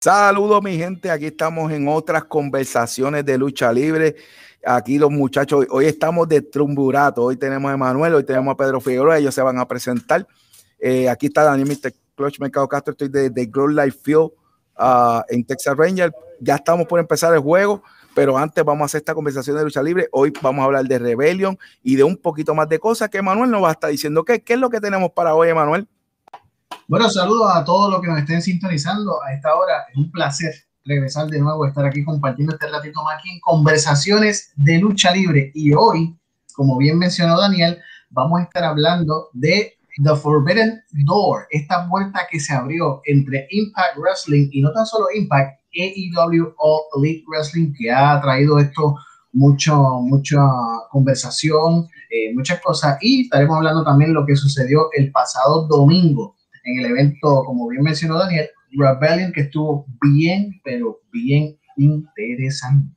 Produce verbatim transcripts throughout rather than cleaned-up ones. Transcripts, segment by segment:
Saludos mi gente, aquí estamos en otras conversaciones de lucha libre. Aquí los muchachos, hoy estamos de triunvirato, hoy tenemos a Emanuel, hoy tenemos a Pedro Figueroa, ellos se van a presentar. Eh, aquí está Daniel mister Clutch Mercado Castro, estoy de, de Glory Life Field uh, en Texas Ranger. Ya estamos por empezar el juego, pero antes vamos a hacer esta conversación de lucha libre. Hoy vamos a hablar de Rebellion y de un poquito más de cosas que Emanuel nos va a estar diciendo. ¿Qué, qué es lo que tenemos para hoy, Emanuel? Bueno, saludos a todos los que nos estén sintonizando a esta hora. Es un placer regresar de nuevo, estar aquí compartiendo este ratito más aquí en conversaciones de lucha libre. Y hoy, como bien mencionó Daniel, vamos a estar hablando de The Forbidden Door, esta puerta que se abrió entre Impact Wrestling y no tan solo Impact, A E W All Elite Wrestling, que ha traído esto mucho, mucha conversación, eh, muchas cosas. Y estaremos hablando también de lo que sucedió el pasado domingo en el evento, como bien mencionó Daniel, Rebellion, que estuvo bien, pero bien interesante.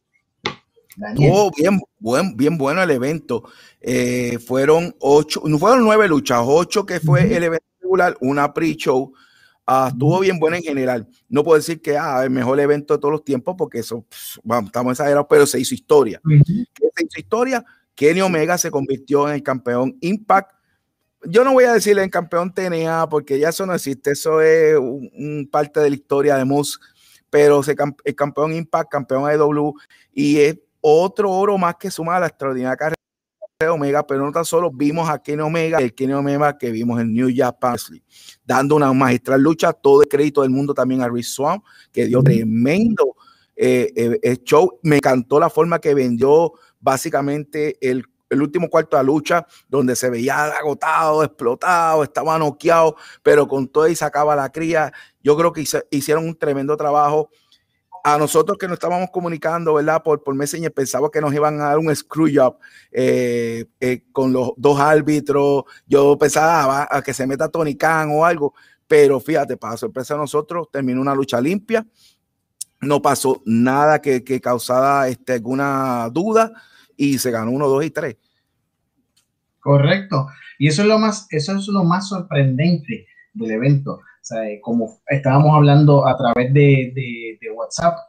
Daniel. Oh, bien, buen, bien bueno el evento. Eh, fueron ocho, no fueron nueve luchas, ocho que fue uh-huh. el evento regular, una pre-show. Uh, estuvo bien bueno en general. No puedo decir que ah, el mejor evento de todos los tiempos, porque eso, pff, vamos, estamos exagerados, pero se hizo historia. Uh-huh. ¿Qué se hizo historia? Kenny Omega se convirtió en el campeón Impact. Yo no voy a decirle en campeón T N A porque ya eso no existe, eso es un, un parte de la historia de Moose, pero se, el campeón Impact, campeón A E W, y es otro oro más que suma a la extraordinaria carrera de Omega, pero no tan solo vimos a Kenny Omega, el Kenny Omega que vimos en New Japan, dando una magistral lucha, todo el crédito del mundo también a Rich Swann, que dio tremendo eh, eh, show. Me encantó la forma que vendió básicamente el el último cuarto de la lucha, donde se veía agotado, explotado, estaba noqueado, pero con todo y sacaba la cría. Yo creo que hicieron un tremendo trabajo. A nosotros que nos estábamos comunicando, ¿verdad? Por, por Messenger, pensaba que nos iban a dar un screw job eh, eh, con los dos árbitros. Yo pensaba a que se meta Tony Khan o algo, pero fíjate, para sorpresa de nosotros, terminó una lucha limpia. No pasó nada que, que causara este, alguna duda. Y se ganó uno, dos y tres. Correcto. Y eso es lo más, eso es lo más sorprendente del evento. O sea, como estábamos hablando a través de, de, de WhatsApp,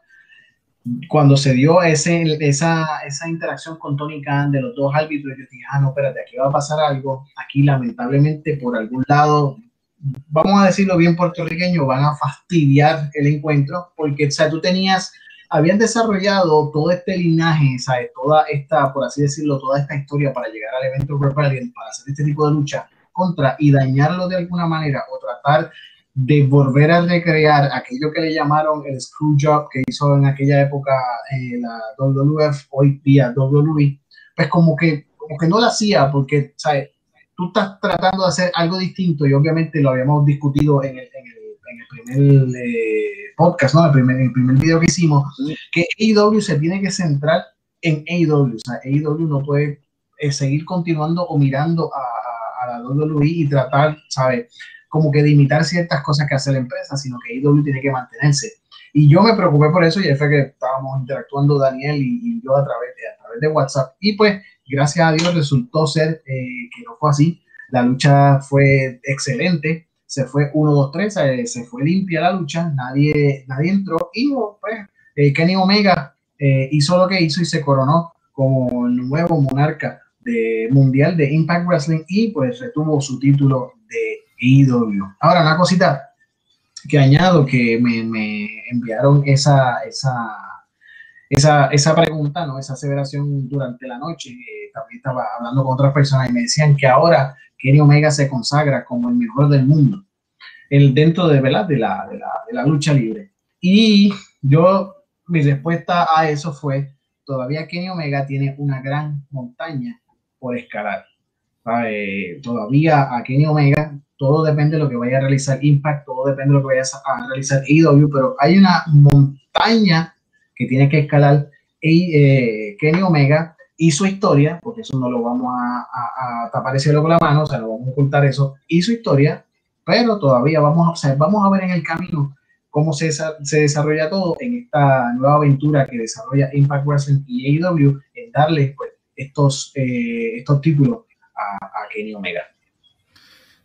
cuando se dio ese, esa, esa interacción con Tony Khan de los dos árbitros, yo dije, ah, no, espérate, aquí va a pasar algo. Aquí, lamentablemente, por algún lado, vamos a decirlo bien puertorriqueño, van a fastidiar el encuentro, porque, o sea, tú tenías... habían desarrollado todo este linaje, ¿sabes? Toda esta, por así decirlo, toda esta historia para llegar al evento Rebellion, para hacer este tipo de lucha contra y dañarlo de alguna manera o tratar de volver a recrear aquello que le llamaron el screw job que hizo en aquella época eh, la W W F, hoy día W W E, pues como que, como que no lo hacía porque, ¿sabes? Tú estás tratando de hacer algo distinto y obviamente lo habíamos discutido en el, en el en el primer eh, podcast, ¿no? El primer, el primer video que hicimos, que A E W se tiene que centrar en A E W. O sea, A E W no puede eh, seguir continuando o mirando a, a, a la W W E y tratar, ¿sabes? Como que de imitar ciertas cosas que hace la empresa, sino que A E W tiene que mantenerse. Y yo me preocupé por eso y fue que estábamos interactuando Daniel y, y yo a través, de, a través de WhatsApp. Y pues, gracias a Dios resultó ser eh, que no fue así. La lucha fue excelente. Se fue uno, dos, tres, se, se fue limpia la lucha, nadie, nadie entró y pues eh, Kenny Omega eh, hizo lo que hizo y se coronó como el nuevo monarca de, mundial de Impact Wrestling y pues retuvo su título de A E W. Ahora, una cosita que añado que me, me enviaron esa, esa, esa, esa pregunta, ¿no? Esa aseveración durante la noche, eh, también estaba hablando con otras personas y me decían que ahora Kenny Omega se consagra como el mejor del mundo el, dentro de, ¿verdad? De, la, de, la, de la lucha libre. Y yo, mi respuesta a eso fue, todavía Kenny Omega tiene una gran montaña por escalar. Eh, todavía a Kenny Omega, todo depende de lo que vaya a realizar Impact, todo depende de lo que vaya a realizar A E W, pero hay una montaña que tiene que escalar eh, Kenny Omega y su historia, porque eso no lo vamos a, a, a tapar el cielo con la mano, o sea, no vamos a ocultar eso, y su historia, pero todavía vamos a, o sea, vamos a ver en el camino cómo se, se desarrolla todo en esta nueva aventura que desarrolla Impact Wrestling y A E W en darle pues, estos, eh, estos títulos a, a Kenny Omega.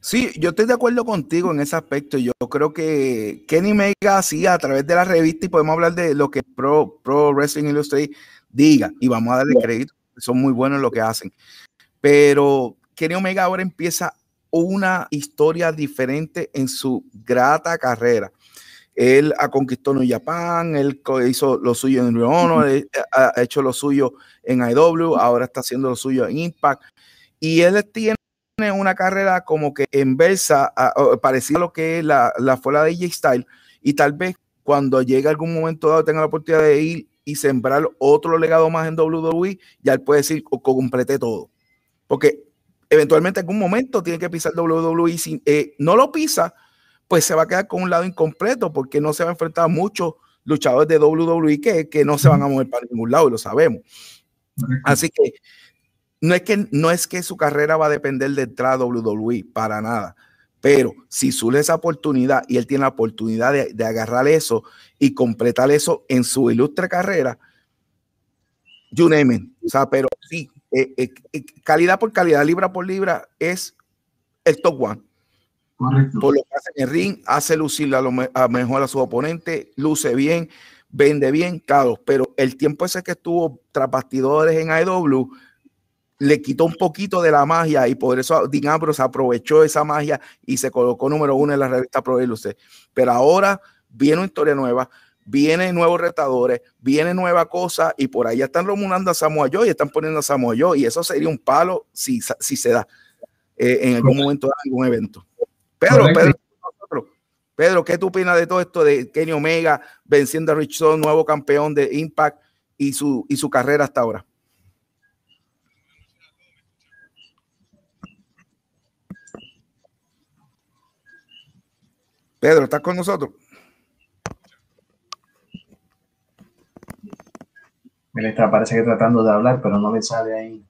Sí, yo estoy de acuerdo contigo en ese aspecto. Yo creo que Kenny Omega sí, a través de la revista, y podemos hablar de lo que Pro, Pro Wrestling Illustrated diga, y vamos a darle crédito, son muy buenos en lo que hacen. Pero Kenny Omega ahora empieza una historia diferente en su grata carrera. Él ha conquistado New Japan, él hizo lo suyo en Ring of Honor, él ha hecho lo suyo en I W, ahora está haciendo lo suyo en Impact, y él tiene una carrera como que inversa, parecida a lo que es la, la fue la de A J Styles, y tal vez cuando llegue algún momento dado tenga la oportunidad de ir y sembrar otro legado más en W W E, ya él puede decir, completé todo, porque eventualmente en algún momento tiene que pisar W W E, sin, eh, no lo pisa, pues se va a quedar con un lado incompleto, porque no se va a enfrentar a muchos luchadores de W W E que, que no se van a mover para ningún lado, y lo sabemos. Así que no es que, no es que su carrera va a depender de entrar a W W E, para nada. Pero si surge esa oportunidad y él tiene la oportunidad de, de agarrar eso y completar eso en su ilustre carrera, you name it. O sea, pero sí, eh, eh, eh, calidad por calidad, libra por libra, es el top one. Correcto. Por lo que hace en el ring, hace lucir a lo me, a mejor a su oponente, luce bien, vende bien, claro, pero el tiempo ese que estuvo tras bastidores en I W le quitó un poquito de la magia, y por eso Dean Ambrose aprovechó esa magia y se colocó número uno en la revista Pro Wrestling. Pero ahora viene una historia nueva, vienen nuevos retadores, viene nueva cosa, y por ahí ya están remunando a Samoa Joe y están poniendo a Samoa Joe, y eso sería un palo si, si se da eh, en algún momento de algún evento. Pedro, Pedro, Pedro, ¿qué tú opinas de todo esto de Kenny Omega venciendo a Rich Swann, nuevo campeón de Impact, y su, y su carrera hasta ahora? Pedro, ¿estás con nosotros? Él está, parece que tratando de hablar, pero no le sale ahí.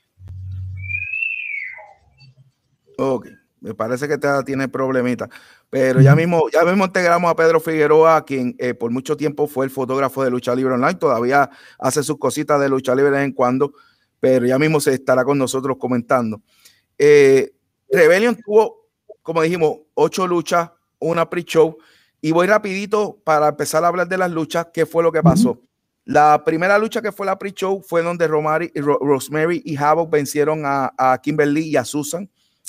Ok, me parece que te tiene problemita, pero ya mismo, ya mismo integramos a Pedro Figueroa, quien eh, por mucho tiempo fue el fotógrafo de Lucha Libre Online, todavía hace sus cositas de Lucha Libre de vez en cuando, pero ya mismo se estará con nosotros comentando. Eh, Rebellion tuvo, como dijimos, ocho luchas, una pre-show, y voy rapidito para empezar a hablar de las luchas. ¿Qué fue lo que pasó? Uh-huh. La primera lucha, que fue la pre-show, fue donde Romari, Ro, Rosemary y Havoc vencieron a, a Kimberly y a Susan.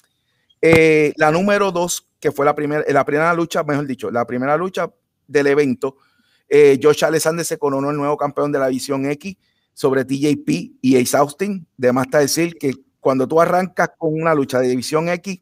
Eh, la número dos, que fue la primera, la primera lucha, mejor dicho, la primera lucha del evento, eh, Josh Alexander se coronó el nuevo campeón de la División X sobre T J P y Ace Austin. De más está decir que cuando tú arrancas con una lucha de División X,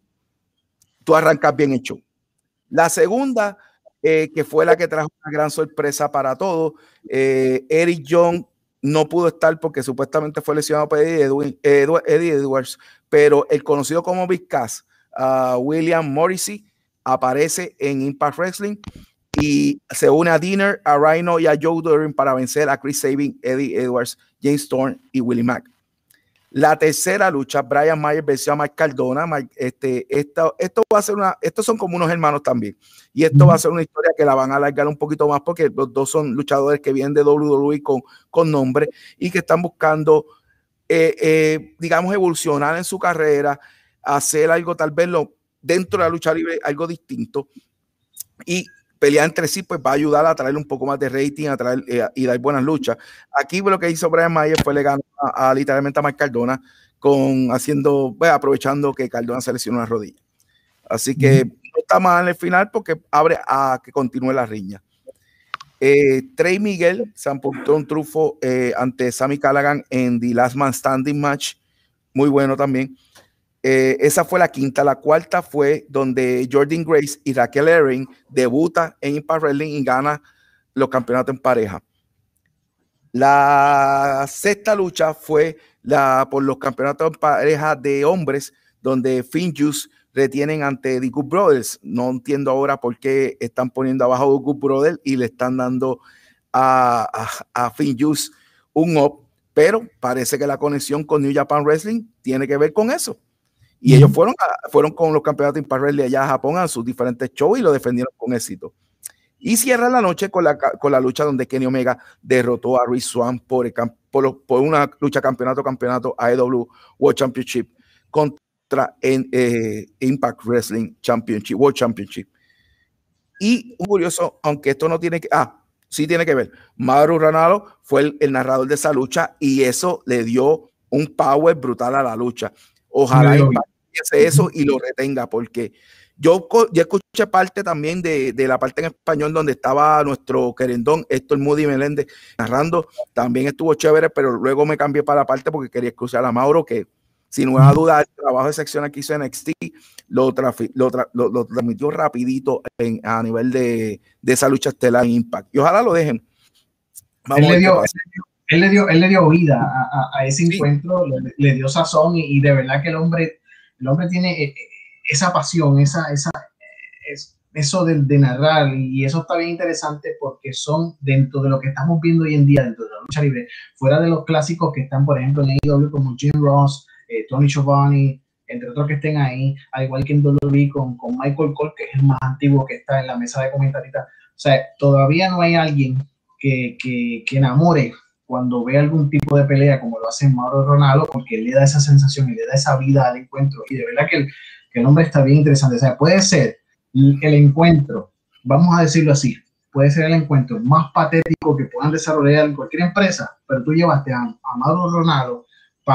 tú arrancas bien hecho. La segunda, eh, que fue la que trajo una gran sorpresa para todos, eh, Eric Young no pudo estar porque supuestamente fue lesionado por Eddie, Edwin, Edward, Eddie Edwards, pero el conocido como Big Cass, uh, William Morrissey, aparece en Impact Wrestling y se une a Dinner, a Rhino y a Joe Doering para vencer a Chris Sabin, Eddie Edwards, James Storm y Willie Mack. La tercera lucha, Brian Myers venció a Mike Cardona. Mike, este, esto, esto va a ser una, estos son como unos hermanos también. Y esto va a ser una historia que la van a alargar un poquito más, porque los dos son luchadores que vienen de W W E con, con nombre y que están buscando, eh, eh, digamos, evolucionar en su carrera, hacer algo tal vez lo, dentro de la lucha libre, algo distinto. Y pelear entre sí, pues va a ayudar a traer un poco más de rating, a traer eh, y dar buenas luchas. Aquí lo que hizo Brian Myers fue le ganó a, a literalmente a Mike Cardona, con haciendo, bueno, aprovechando que Cardona se lesionó la rodilla. Así que mm-hmm. no está mal en el final, porque abre a que continúe la riña. Eh, Trey Miguel se apuntó un trufo eh, ante Sami Callihan en The Last Man Standing match, muy bueno también. Eh, esa fue la quinta. La cuarta fue donde Jordan Grace y Raquel Ellering debuta en Impact Wrestling y gana los campeonatos en pareja. La sexta lucha fue la por los campeonatos en pareja de hombres, donde Finjuice retienen ante The Good Brothers. No entiendo ahora por qué están poniendo abajo The Good Brothers y le están dando a, a, a Finjuice un up, pero parece que la conexión con New Japan Wrestling tiene que ver con eso. Y ellos fueron, a, fueron con los campeonatos Impact Wrestling allá a Japón a sus diferentes shows y lo defendieron con éxito. Y cierra la noche con la, con la lucha donde Kenny Omega derrotó a Rich Swann por, el, por, por una lucha campeonato campeonato A E W World Championship contra contra en, eh, Impact Wrestling Championship, World Championship. Y un curioso, aunque esto no tiene que, ah, sí tiene que ver, Mauro Ranallo fue el, el narrador de esa lucha y eso le dio un power brutal a la lucha. Ojalá Impact hace eso y lo retenga, porque yo, yo escuché parte también de, de la parte en español donde estaba nuestro querendón Héctor Moody Meléndez narrando, también estuvo chévere, pero luego me cambié para la parte porque quería escuchar a Mauro, que sin ninguna duda el trabajo de sección que hizo en N X T lo, lo, lo, lo transmitió rapidito en, a nivel de, de esa lucha estelar en Impact, y ojalá lo dejen. Vamos él, le dio, él, le dio, él le dio vida a, a, a ese sí. encuentro, le, le dio sazón y, y de verdad que el hombre, el hombre tiene esa pasión, esa, esa, es, eso de, de narrar, y eso está bien interesante porque son dentro de lo que estamos viendo hoy en día dentro de la lucha libre, fuera de los clásicos que están por ejemplo en A E W como Jim Ross, eh, Tony Schiavone, entre otros que estén ahí, al igual que en W W E con, con Michael Cole, que es el más antiguo que está en la mesa de comentaristas. O sea, todavía no hay alguien que, que, que enamore cuando ve algún tipo de pelea como lo hace Mauro Ranallo, porque le da esa sensación y le da esa vida al encuentro, y de verdad que el, que el hombre está bien interesante. O sea, puede ser el encuentro, vamos a decirlo así, puede ser el encuentro más patético que puedan desarrollar en cualquier empresa, pero tú llevaste a, a Mauro Ranallo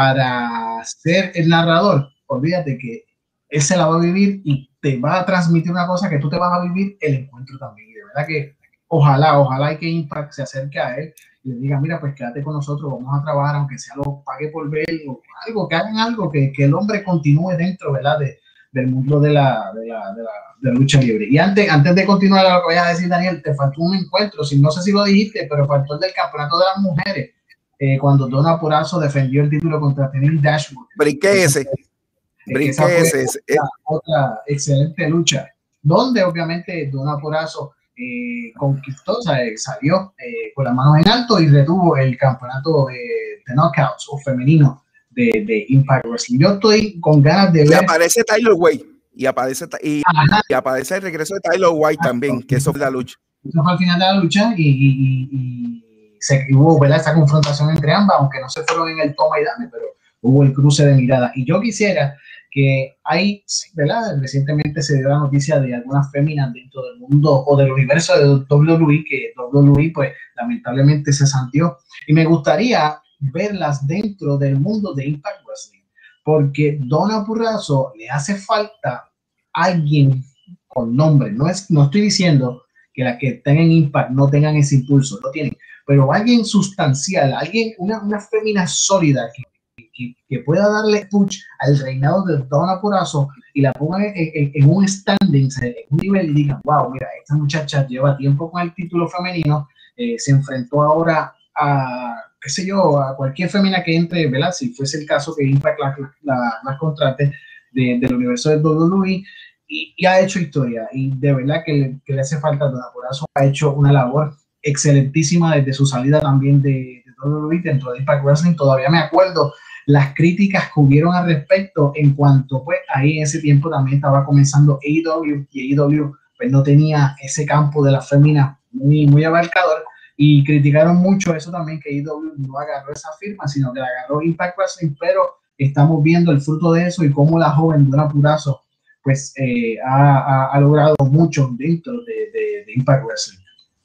para ser el narrador, olvídate que él se la va a vivir y te va a transmitir una cosa que tú te vas a vivir el encuentro también. Y de verdad que ojalá, ojalá y que Impact se acerque a él y le diga, mira, pues quédate con nosotros, vamos a trabajar, aunque sea lo pague por ver, o algo, que hagan algo, que, que el hombre continúe dentro, ¿verdad?, de, del mundo de la, de, la, de, la, de la lucha libre. Y antes, antes de continuar a lo que vayas a decir, Daniel, te faltó un encuentro, si no sé si lo dijiste, pero faltó el del campeonato de las mujeres, eh, cuando Donna Purrazzo defendió el título contra Tenille Dashwood. Brinqué ese. Brinqué ese. Otra, otra excelente lucha, donde obviamente Donna Purrazzo eh, conquistó, o sea, salió eh, con las manos en alto y retuvo el campeonato eh, de knockouts o femenino de, de Impact Wrestling. Yo estoy con ganas de y ver. Aparece Tyler White. Y aparece, y, y aparece el regreso de Tyler White ah, también, que eso fue la lucha. Eso fue al final de la lucha y, y, y, y se hubo, ¿verdad?, esta confrontación entre ambas, aunque no se fueron en el toma y dame, pero hubo el cruce de miradas. Y yo quisiera que hay, ¿verdad?, recientemente se dio la noticia de algunas féminas dentro del mundo o del universo de W W E, que W W E pues lamentablemente se santió. Y me gustaría verlas dentro del mundo de Impact Wrestling, porque Donna Purrazzo le hace falta alguien con nombre. No, es, no estoy diciendo que las que estén en Impact no tengan ese impulso, lo tienen, pero alguien sustancial, alguien, una, una fémina sólida que, que, que pueda darle push al reinado de Donna Purrazzo y la pongan en, en, en un standing, en un nivel, y digan, wow, mira, esta muchacha lleva tiempo con el título femenino, eh, se enfrentó ahora a, qué sé yo, a cualquier fémina que entre, ¿verdad?, si fuese el caso que Impact la, la, la contrate de, del universo de W W E, y, y ha hecho historia, y de verdad que le, que le hace falta a Donna Purrazzo. Ha hecho una labor excelentísima desde su salida también de, de W W E dentro de Impact Wrestling. Todavía me acuerdo las críticas que hubieron al respecto, en cuanto pues ahí en ese tiempo también estaba comenzando A E W, y A E W pues no tenía ese campo de la fémina muy, muy abarcador, y criticaron mucho eso también, que A E W no agarró esa firma, sino que la agarró Impact Wrestling, pero estamos viendo el fruto de eso y cómo la joven Donna Purrazzo pues eh, ha, ha, ha logrado mucho dentro de, de, de Impact Wrestling.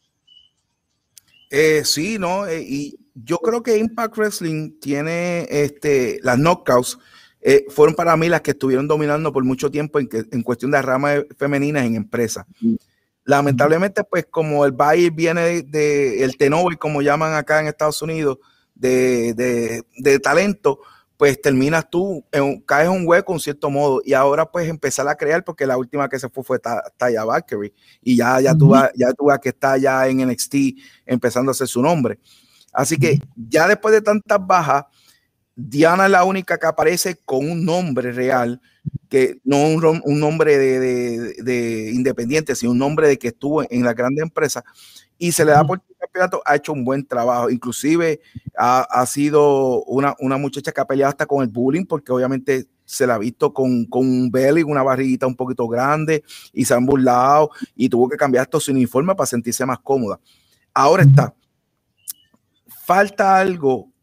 Eh, sí, ¿no? Eh, y yo creo que Impact Wrestling tiene este, las knockouts, eh, fueron para mí las que estuvieron dominando por mucho tiempo en, que, en cuestión de ramas femeninas en empresas. Mm. Lamentablemente, pues como el buy viene de, de el turnover, como llaman acá en Estados Unidos, de, de, de talento, pues terminas tú, en, caes en un hueco en cierto modo, y ahora pues empezar a crear, porque la última que se fue fue Taya Valkyrie, y ya, ya, uh-huh. tú vas, ya tú vas que está ya en N X T empezando a hacer su nombre. Así que ya después de tantas bajas, Diana es la única que aparece con un nombre real, que no un, un nombre de, de, de independiente, sino un nombre de que estuvo en la grande empresa, y se le da por el campeonato. Ha hecho un buen trabajo, inclusive ha, ha sido una, una muchacha que ha peleado hasta con el bullying, porque obviamente se la ha visto con, con un belly, una barriguita un poquito grande, y se han burlado, y tuvo que cambiar hasta su uniforme para sentirse más cómoda. Ahora está, falta algo,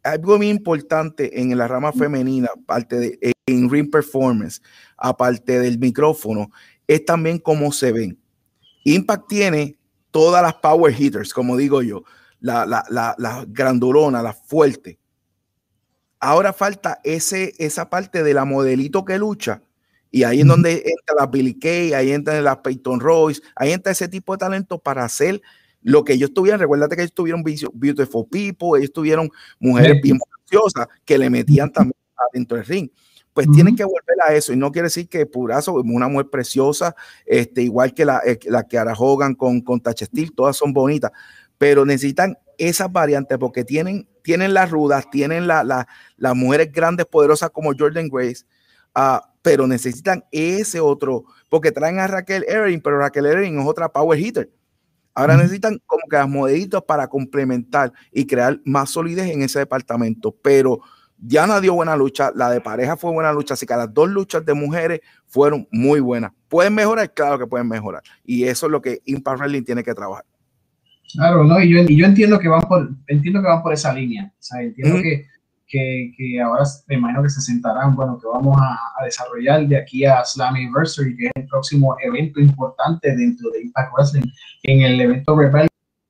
algo muy importante en la rama femenina, aparte de en ring performance, aparte del micrófono, es también cómo se ven. Impact tiene todas las power hitters, como digo yo, la, la, la, la grandulona, la fuerte. Ahora falta ese, esa parte de la modelito que lucha, y ahí es donde entra la Billie Kay, ahí entra la Peyton Royce, ahí entra ese tipo de talento para hacer lo que ellos tuvieron. Recuérdate que ellos tuvieron Beautiful People, ellos tuvieron mujeres sí. bien preciosas que le metían también adentro del ring. Pues uh-huh. tienen que volver a eso, y no quiere decir que Purazo, una mujer preciosa, este, igual que la, la Kiara Hogan con, con Tasha Steelz, todas son bonitas, pero necesitan esas variantes porque tienen, tienen las rudas, tienen las la, la mujeres grandes, poderosas como Jordan Grace, uh, pero necesitan ese otro, porque traen a Raquel Ellering, pero Raquel Ellering es otra power hitter. Ahora uh-huh. necesitan como que las modelitos para complementar y crear más solidez en ese departamento, pero Diana dio buena lucha, la de pareja fue buena lucha, así que las dos luchas de mujeres fueron muy buenas. ¿Pueden mejorar? Claro que pueden mejorar, y eso es lo que Impact Wrestling tiene que trabajar. Claro, no, y yo, y yo entiendo que van por, entiendo que van por esa línea, o sea, entiendo mm. que, que, que ahora me imagino que se sentarán, bueno, que vamos a, a desarrollar de aquí a Slammiversary, que es el próximo evento importante dentro de Impact Wrestling, en el evento Rebel,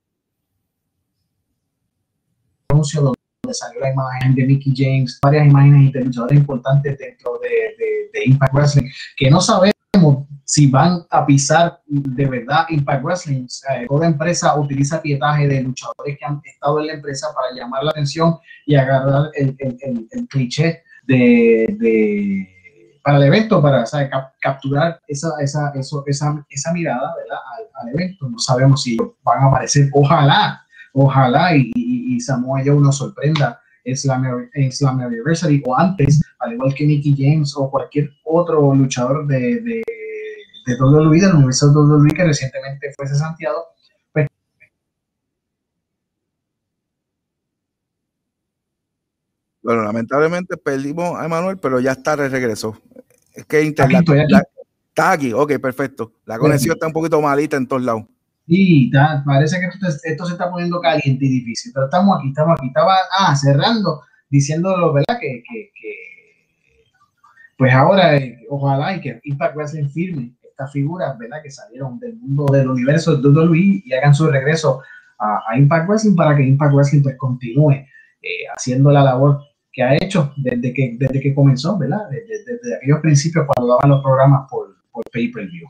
anuncio donde salió la imagen de Mickie James, varias imágenes de luchadores importantes dentro de, de, de Impact Wrestling, que no sabemos si van a pisar de verdad Impact Wrestling. Eh, toda empresa utiliza pietaje de luchadores que han estado en la empresa para llamar la atención y agarrar el, el, el, el cliché de, de, para el evento, para, ¿sabe? Cap, capturar esa, esa, eso, esa, esa mirada, ¿verdad? Al, al evento. No sabemos si van a aparecer, ojalá, ojalá y, y, y Samoa Joe nos sorprenda en Slammiversary o antes, al igual que Mickie James o cualquier otro luchador de, de, de W W E, del universo de W W E que recientemente fue cesanteado. Pues, bueno, lamentablemente perdimos a Emanuel, pero ya está de regreso. Es que Internet la, está aquí, ok, perfecto. La conexión está un poquito malita en todos lados. Sí, ta, parece que esto, esto se está poniendo caliente y difícil, pero estamos aquí, estamos aquí. Estaba ah, cerrando, diciéndolo, ¿verdad? Que, que, que pues ahora, eh, ojalá y que Impact Wrestling firme estas figuras, ¿verdad? Que salieron del mundo del universo de W W E y hagan su regreso a, a Impact Wrestling para que Impact Wrestling pues continúe eh, haciendo la labor que ha hecho desde que, desde que comenzó, ¿verdad? Desde, desde aquellos principios cuando daban los programas por, por pay-per-view.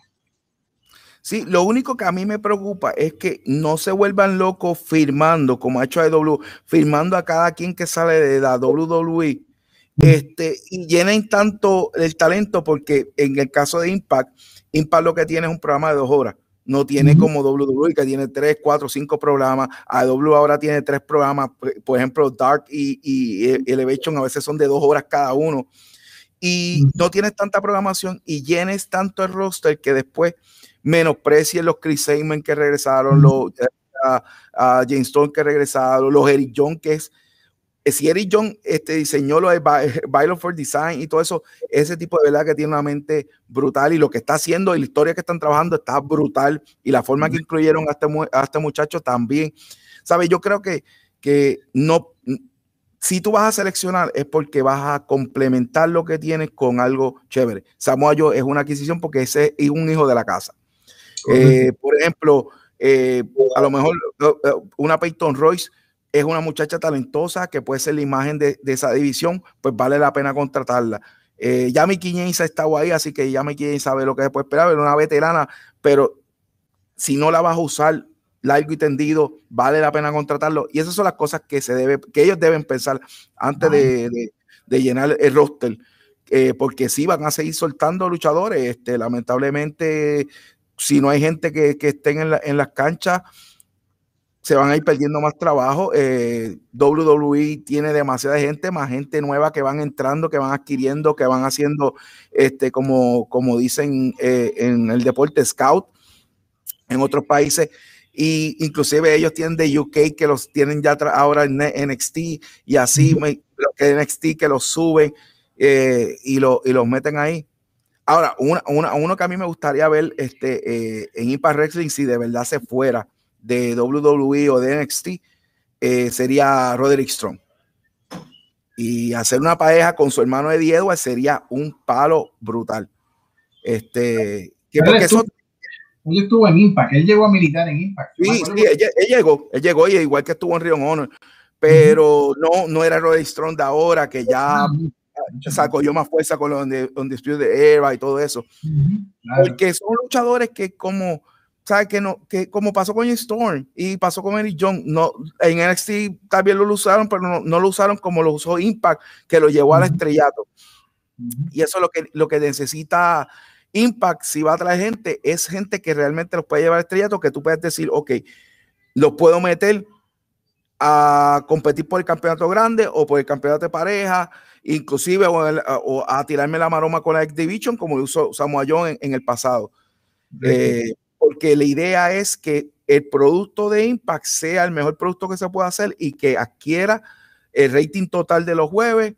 Sí, lo único que a mí me preocupa es que no se vuelvan locos firmando, como ha hecho A E W, firmando a cada quien que sale de la W W E, este, y llenen tanto el talento, porque en el caso de Impact, Impact lo que tiene es un programa de dos horas, no tiene uh-huh. como W W E que tiene tres, cuatro, cinco programas. A E W ahora tiene tres programas, por ejemplo, Dark y, y Elevation a veces son de dos horas cada uno, y uh-huh. no tienes tanta programación y llenes tanto el roster que después menosprecien los Chris Heyman que regresaron, uh-huh. los a, a James Storm que regresaron, los Eric John, que es, si Eric John este, diseñó lo de Violent for Design y todo eso, ese tipo de verdad que tiene una mente brutal, y lo que está haciendo y la historia que están trabajando está brutal, y la forma uh-huh. que incluyeron a este, a este muchacho también, ¿sabes? Yo creo que, que no, si tú vas a seleccionar es porque vas a complementar lo que tienes con algo chévere. Samoa Joe es una adquisición porque ese es un hijo de la casa. Eh, por ejemplo, eh, a lo mejor una Peyton Royce es una muchacha talentosa que puede ser la imagen de, de esa división, pues vale la pena contratarla. Eh, ya Mickie James ha estado ahí, así que ya Mickie James sabe lo que se puede esperar, es una veterana, pero si no la vas a usar largo y tendido, vale la pena contratarlo, y esas son las cosas que se debe, que ellos deben pensar antes de, de, de llenar el roster, eh, porque sí van a seguir soltando luchadores, este, lamentablemente si no hay gente que, que estén en, la, en las canchas, se van a ir perdiendo más trabajo. eh, W W E tiene demasiada gente, más gente nueva que van entrando, que van adquiriendo, que van haciendo, este, como, como dicen eh, en el deporte, scout en otros países, y inclusive ellos tienen de U K que los tienen ya ahora en N X T, y así uh-huh. me, que N X T que los suben eh, y, lo, y los meten ahí. Ahora, una, una, uno que a mí me gustaría ver este, eh, en Impact Wrestling, si de verdad se fuera de W W E o de N X T, eh, sería Roderick Strong. Y hacer una pareja con su hermano Eddie Edwards sería un palo brutal. Este, que porque eso... Él estuvo en Impact, él llegó a militar en Impact. Sí, sí, él, él llegó, él llegó, y igual que estuvo en Ring of Honor, pero uh-huh. no, no era Roddy Strong de ahora, que ya uh-huh. sacó yo más fuerza con los Undisputed Era y todo eso. Uh-huh. Claro. Porque son luchadores que como, ¿sabes? Que no, que como pasó con Storm y pasó con Eric Young, no, en N X T también lo usaron, pero no, no lo usaron como lo usó Impact, que lo llevó uh-huh. al estrellato. Uh-huh. Y eso es lo que, lo que necesita Impact, si va a traer gente, es gente que realmente los puede llevar al estrellato, que tú puedes decir, ok, los puedo meter a competir por el campeonato grande o por el campeonato de pareja, inclusive o, el, o a tirarme la maroma con la X Division, como lo usó Samoa Joe en, en el pasado. Eh, porque la idea es que el producto de Impact sea el mejor producto que se pueda hacer y que adquiera el rating total de los jueves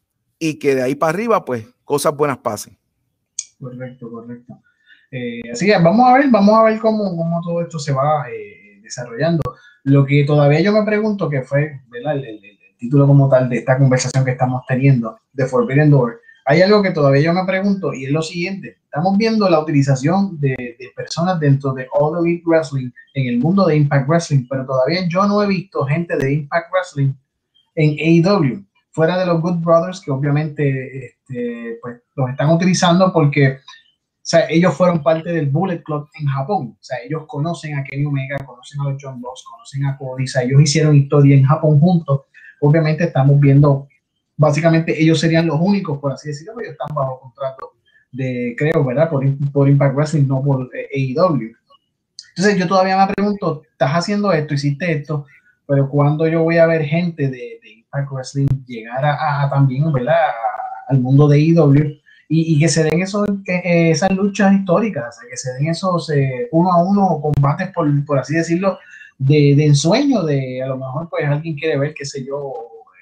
y que de ahí para arriba, pues, cosas buenas pasen. Correcto, correcto. Eh, así que vamos a ver, vamos a ver cómo, cómo todo esto se va eh, desarrollando. Lo que todavía yo me pregunto, que fue, ¿verdad? El, el, el título como tal de esta conversación que estamos teniendo de Forbidden Door, hay algo que todavía yo me pregunto y es lo siguiente. Estamos viendo la utilización de, de personas dentro de All Elite Wrestling en el mundo de Impact Wrestling, pero todavía yo no he visto gente de Impact Wrestling en A E W. Fuera de los Good Brothers, que obviamente este, pues, los están utilizando porque o sea, ellos fueron parte del Bullet Club en Japón. O sea, ellos conocen a Kenny Omega, conocen a los John Box, conocen a Cody. O sea, ellos hicieron historia en Japón juntos. Obviamente estamos viendo, básicamente ellos serían los únicos, por así decirlo, porque ellos están bajo contrato de, creo, ¿verdad? Por, por Impact Wrestling, no por eh, A E W. Entonces yo todavía me pregunto, estás haciendo esto, hiciste esto, pero ¿cuándo yo voy a ver gente de, de Impact Wrestling llegar a, a, a también, ¿verdad? A, al mundo de A E W y, y que se den esos, eh, esas luchas históricas, o sea, que se den esos eh, uno a uno combates, por, por así decirlo, de, de ensueño, de a lo mejor pues alguien quiere ver, qué sé yo,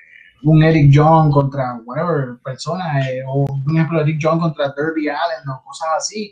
un Eric Young contra whatever persona, eh, o un ejemplo Eric Young contra Darby Allin o cosas así,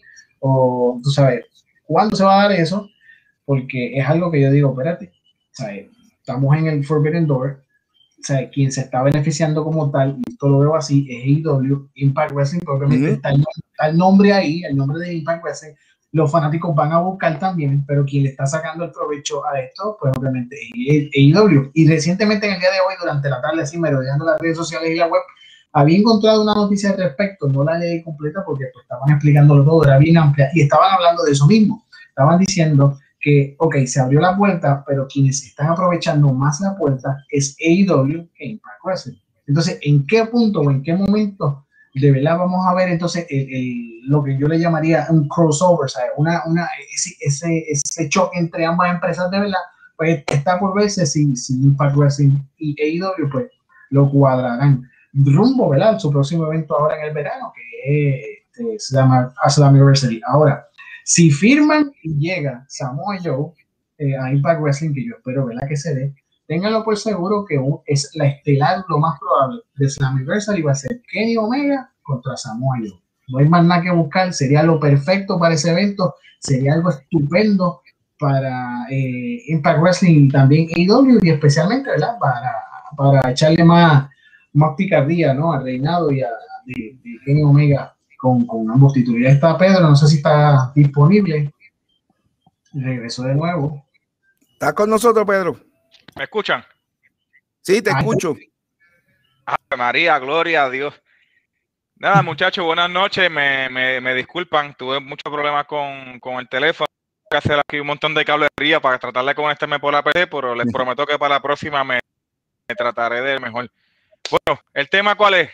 o tú sabes, ¿cuándo se va a dar eso? Porque es algo que yo digo, espérate, ¿sabes? Estamos en el Forbidden Door, o sea, quien se está beneficiando como tal, y esto lo veo así, es A E W, Impact Wrestling, obviamente uh-huh. está, el, está el nombre ahí, el nombre de Impact Wrestling, los fanáticos van a buscar también, pero quien le está sacando el provecho a esto, pues obviamente es A E W. Y recientemente en el día de hoy, durante la tarde, así merodeando las redes sociales y la web, había encontrado una noticia al respecto, no la leí completa porque pues, estaban explicándolo todo, era bien amplia, y estaban hablando de eso mismo, estaban diciendo que, ok, se abrió la puerta, pero quienes están aprovechando más la puerta es A E W que Impact Wrestling. Entonces, ¿en qué punto o en qué momento de verdad vamos a ver entonces el, el, lo que yo le llamaría un crossover, ¿sabes? Una, una, ese, ese, ese choque entre ambas empresas de verdad, pues está por verse si, si Impact Wrestling y A E W pues lo cuadrarán rumbo, ¿verdad? Su próximo evento ahora en el verano, que es, se llama Slammiversary. Ahora, si firman y llega Samoa Joe eh, a Impact Wrestling, que yo espero, ¿verdad? Que se dé, ténganlo por seguro que un, es la estelar, lo más probable de Slammiversary va a ser Kenny Omega contra Samoa Joe. No hay más nada que buscar, sería lo perfecto para ese evento, sería algo estupendo para eh, Impact Wrestling y también A E W, y especialmente, ¿verdad? Para, para echarle más, más picardía, ¿no? Al reinado y a de, de Kenny Omega con, con ambos títulos. Ya está Pedro, no sé si está disponible. Regresó de nuevo. ¿Estás con nosotros, Pedro? ¿Me escuchan? Sí, te Ay, escucho. Ay, María, gloria a Dios. Nada, muchachos, buenas noches. Me, me, me disculpan, tuve muchos problemas con, con el teléfono. Tengo que hacer aquí un montón de cablería para tratar de conectarme por la P C, pero les prometo que para la próxima me, me trataré de mejor. Bueno, ¿el tema cuál es?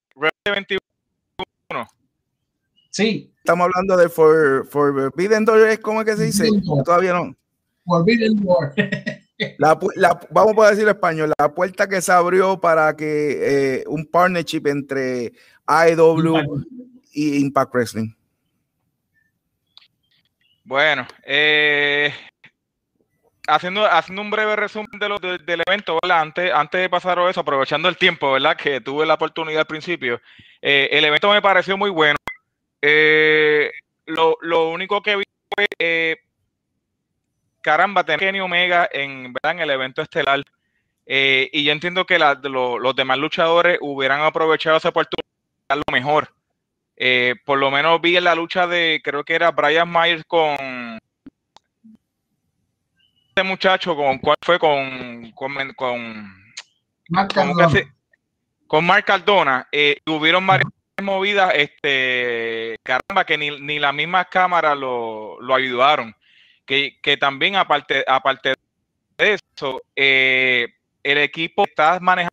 veintiuno. Sí. Estamos hablando de for, Forbidden Door, ¿cómo es que se dice? Yo todavía no. Forbidden Door. La, la, vamos a decirlo en español, la puerta que se abrió para que eh, un partnership entre A E W Impact. y Impact Wrestling. Bueno, eh, haciendo, haciendo un breve resumen de lo, de, del evento, ¿verdad? Antes, antes de pasar a eso, aprovechando el tiempo, ¿verdad? Que tuve la oportunidad al principio, eh, el evento me pareció muy bueno. Eh, lo, lo único que vi fue, eh, caramba, tener Kenny Omega en, ¿verdad? En el evento estelar. Eh, y yo entiendo que la, lo, los demás luchadores hubieran aprovechado esa oportunidad lo mejor. Eh, por lo menos vi en la lucha de, creo que era Brian Myers con este muchacho, con ¿cuál fue? Con con, con, Marc con, Cardona. con Marc Cardona. Eh, hubieron varias movidas, este, caramba, que ni, ni las mismas cámaras lo, lo ayudaron. Que, que también, aparte, aparte de eso, eh, el equipo está manejando,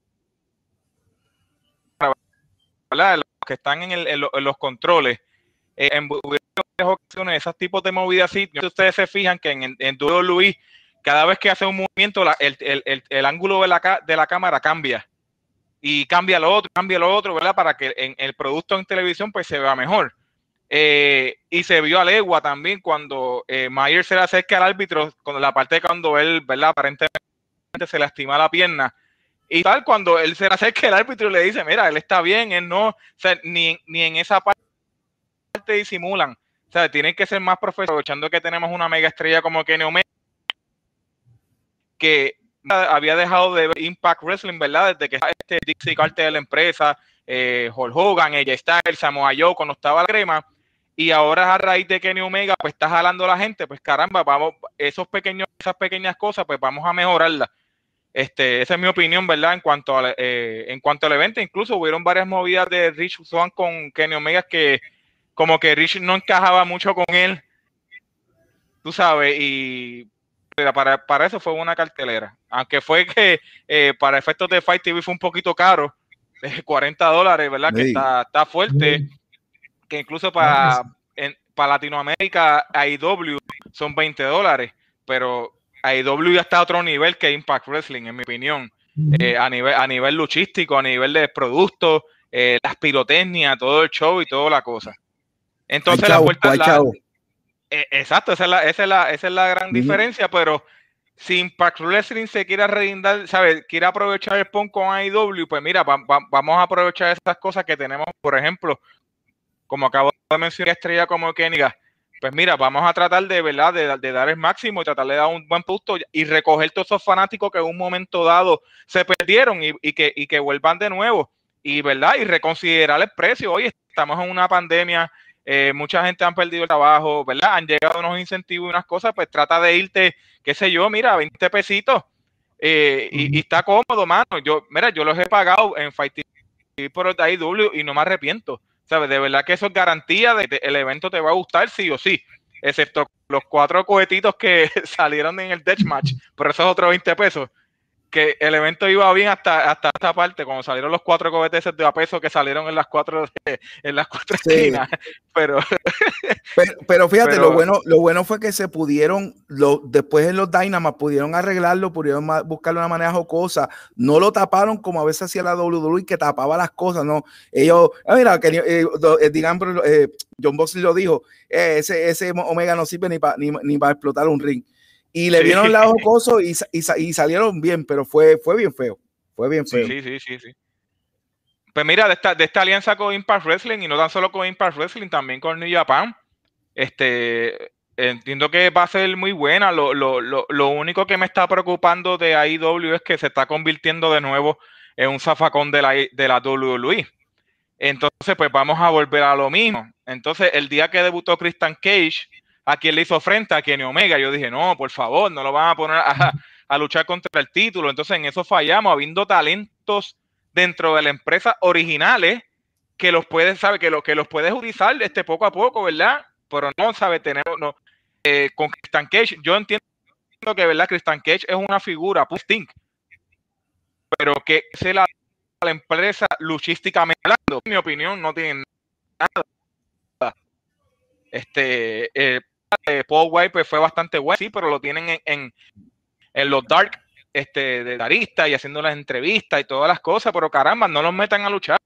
¿verdad? Los que están en, el, en, lo, en los controles. Eh, en varias ocasiones, esos tipos de movidas, sí, no sé si ustedes se fijan que en, en W W E, cada vez que hace un movimiento, la, el, el, el, el ángulo de la, de la cámara cambia. Y cambia lo otro, cambia lo otro, ¿verdad? Para que en el producto en televisión pues se vea mejor. Eh, y se vio a legua también cuando eh, Myers se le acerca al árbitro, con la parte de cuando él, ¿verdad? Aparentemente se lastima la pierna. Y tal, cuando él se le acerca al árbitro y le dice, mira, él está bien, él no, o sea, ni, ni en esa parte disimulan. O sea, tienen que ser más profesionales, aprovechando que tenemos una mega estrella como Kenny Omega, que había dejado de ver Impact Wrestling, ¿verdad? Desde que este Dixie Carter de la empresa, eh, Hulk Hogan, A J Styles, Samoa Joe, cuando estaba la crema, y ahora a raíz de Kenny Omega, pues está jalando a la gente, pues caramba, vamos, esos pequeños, esas pequeñas cosas, pues vamos a mejorarlas. Este, esa es mi opinión, ¿verdad? En cuanto, a, eh, en cuanto al evento, incluso hubieron varias movidas de Rich Swann con Kenny Omega que como que Rich no encajaba mucho con él, tú sabes, y para, para eso fue una cartelera. Aunque fue que eh, para efectos de Fight T V fue un poquito caro, eh, cuarenta dólares, ¿verdad? Sí. Que está, está fuerte, sí. Que incluso para, en, para Latinoamérica, A E W son veinte dólares, pero A E W ya está a otro nivel que Impact Wrestling, en mi opinión. Uh-huh. eh, a, nivel, a nivel luchístico, a nivel de productos, eh, las pirotecnias, todo el show y toda la cosa. Entonces, ay, chavo, la puerta... La, eh, exacto, esa es la, esa es la, esa es la gran uh-huh. diferencia, pero si Impact Wrestling se quiere reindar, ¿sabes? Quiere aprovechar el pon con A E W, pues mira, va, va, vamos a aprovechar esas cosas que tenemos, por ejemplo, como acabo de mencionar, estrella como Kenny, pues mira, vamos a tratar de, ¿verdad? De, de dar el máximo y tratar de dar un buen producto y recoger todos esos fanáticos que en un momento dado se perdieron y, y, que, y que vuelvan de nuevo y, ¿verdad? Y reconsiderar el precio. Hoy estamos en una pandemia, eh, mucha gente han perdido el trabajo, ¿verdad? Han llegado unos incentivos y unas cosas, pues trata de irte, qué sé yo, mira, veinte pesitos eh, uh-huh. y, y está cómodo, mano. Yo, mira, yo los he pagado en Fight T V por el A E W y no me arrepiento. ¿Sabes? De verdad que eso es garantía de que el evento te va a gustar sí o sí, excepto los cuatro cohetitos que salieron en el Deathmatch, pero eso es otro veinte pesos. Que el evento iba bien hasta, hasta esta parte, cuando salieron los cuatro cohetes de a peso que salieron en las cuatro, en las cuatro sí. esquinas. Pero, pero, pero fíjate, pero, lo bueno, lo bueno fue que se pudieron, lo, después en los Dynamax pudieron arreglarlo, pudieron buscarle una manera jocosa, no lo taparon como a veces hacía la W W E que tapaba las cosas, no, ellos, ah, mira, que eh, eh, digan, eh, John Boxley lo dijo, eh, ese, ese Omega no sirve ni para ni, ni pa explotar un ring. Y le sí. vieron el lado jocoso y, y, y salieron bien, pero fue, fue bien feo. Fue bien feo. Sí, sí, sí, sí. Pues mira, de esta, de esta alianza con Impact Wrestling, y no tan solo con Impact Wrestling, también con New Japan, este, entiendo que va a ser muy buena. Lo, lo, lo, lo único que me está preocupando de A E W es que se está convirtiendo de nuevo en un zafacón de la, de la W W E. Entonces, pues vamos a volver a lo mismo. Entonces, el día que debutó Christian Cage, a quien le hizo frente a Kenny Omega, yo dije, no, por favor, no lo van a poner a, a luchar contra el título. Entonces, en eso fallamos, habiendo talentos dentro de la empresa originales que los puedes, sabe, que, lo, que los puedes utilizar este, poco a poco, ¿verdad? Pero no, sabe, tenemos, no, eh, con Christian Cage, yo entiendo que, ¿verdad? Christian Cage es una figura, pues, stink, pero que se la la empresa luchísticamente hablando, en mi opinión, no tienen nada. Este, eh, Paul White pues, fue bastante bueno, sí, pero lo tienen en, en, en los dark este, de Darista y haciendo las entrevistas y todas las cosas, pero caramba, no los metan a luchar.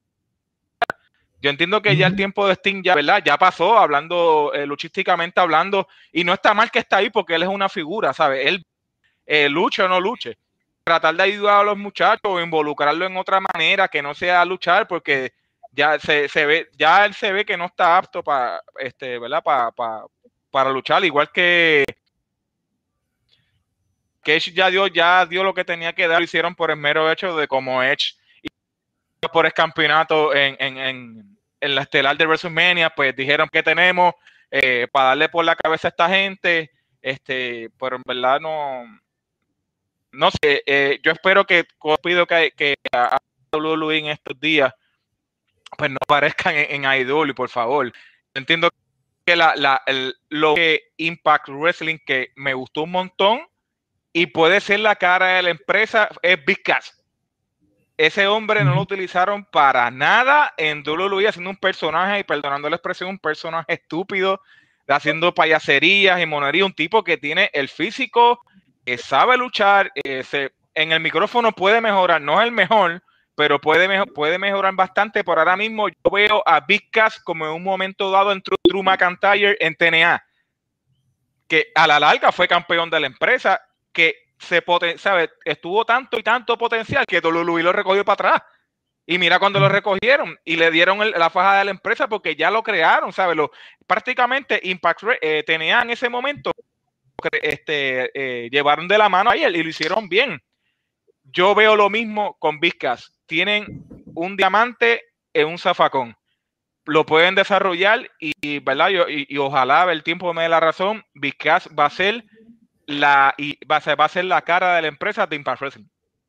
Yo entiendo que ya el tiempo de Sting ya, ¿verdad? Ya pasó, hablando, eh, luchísticamente hablando, y no está mal que está ahí porque él es una figura, ¿sabes? Él eh, luche o no luche. Tratar de ayudar a los muchachos o involucrarlo en otra manera que no sea luchar, porque ya se, se ve, ya él se ve que no está apto para este, ¿verdad? Para, para, para luchar, igual que que Edge ya dio, ya dio lo que tenía que dar, lo hicieron por el mero hecho de como Edge y por el campeonato en, en, en, en la estelar de WrestleMania, pues dijeron que tenemos eh, para darle por la cabeza a esta gente, este, pero en verdad no, no sé, eh, yo espero que, pido que, que a W W E en estos días, pues no aparezcan en, en I W, por favor. Entiendo que la, la, el, lo que Impact Wrestling, que me gustó un montón, y puede ser la cara de la empresa, es Big Cass. Ese hombre no lo utilizaron para nada en W W E, haciendo un personaje, y perdonando la expresión, un personaje estúpido, haciendo payaserías y monerías, un tipo que tiene el físico, que sabe luchar, eh, se, en el micrófono puede mejorar, no es el mejor, pero puede, mejor, puede mejorar bastante. Por ahora mismo yo veo a Big Cass como en un momento dado en Drew McIntyre en T N A, que a la larga fue campeón de la empresa, que se poten, ¿sabe? Estuvo tanto y tanto potencial que W W E lo recogió para atrás. Y mira cuando lo recogieron y le dieron el, la faja de la empresa porque ya lo crearon, ¿sabes? Lo, prácticamente Impact eh, T N A en ese momento este, eh, llevaron de la mano a él y lo hicieron bien. Yo veo lo mismo con Big Cass. Tienen un diamante en un zafacón. Lo pueden desarrollar y, ¿verdad? Yo, y, y ojalá el tiempo me dé la razón. Big Cass va a ser la y va a ser, va a ser la cara de la empresa de Impact Wrestling.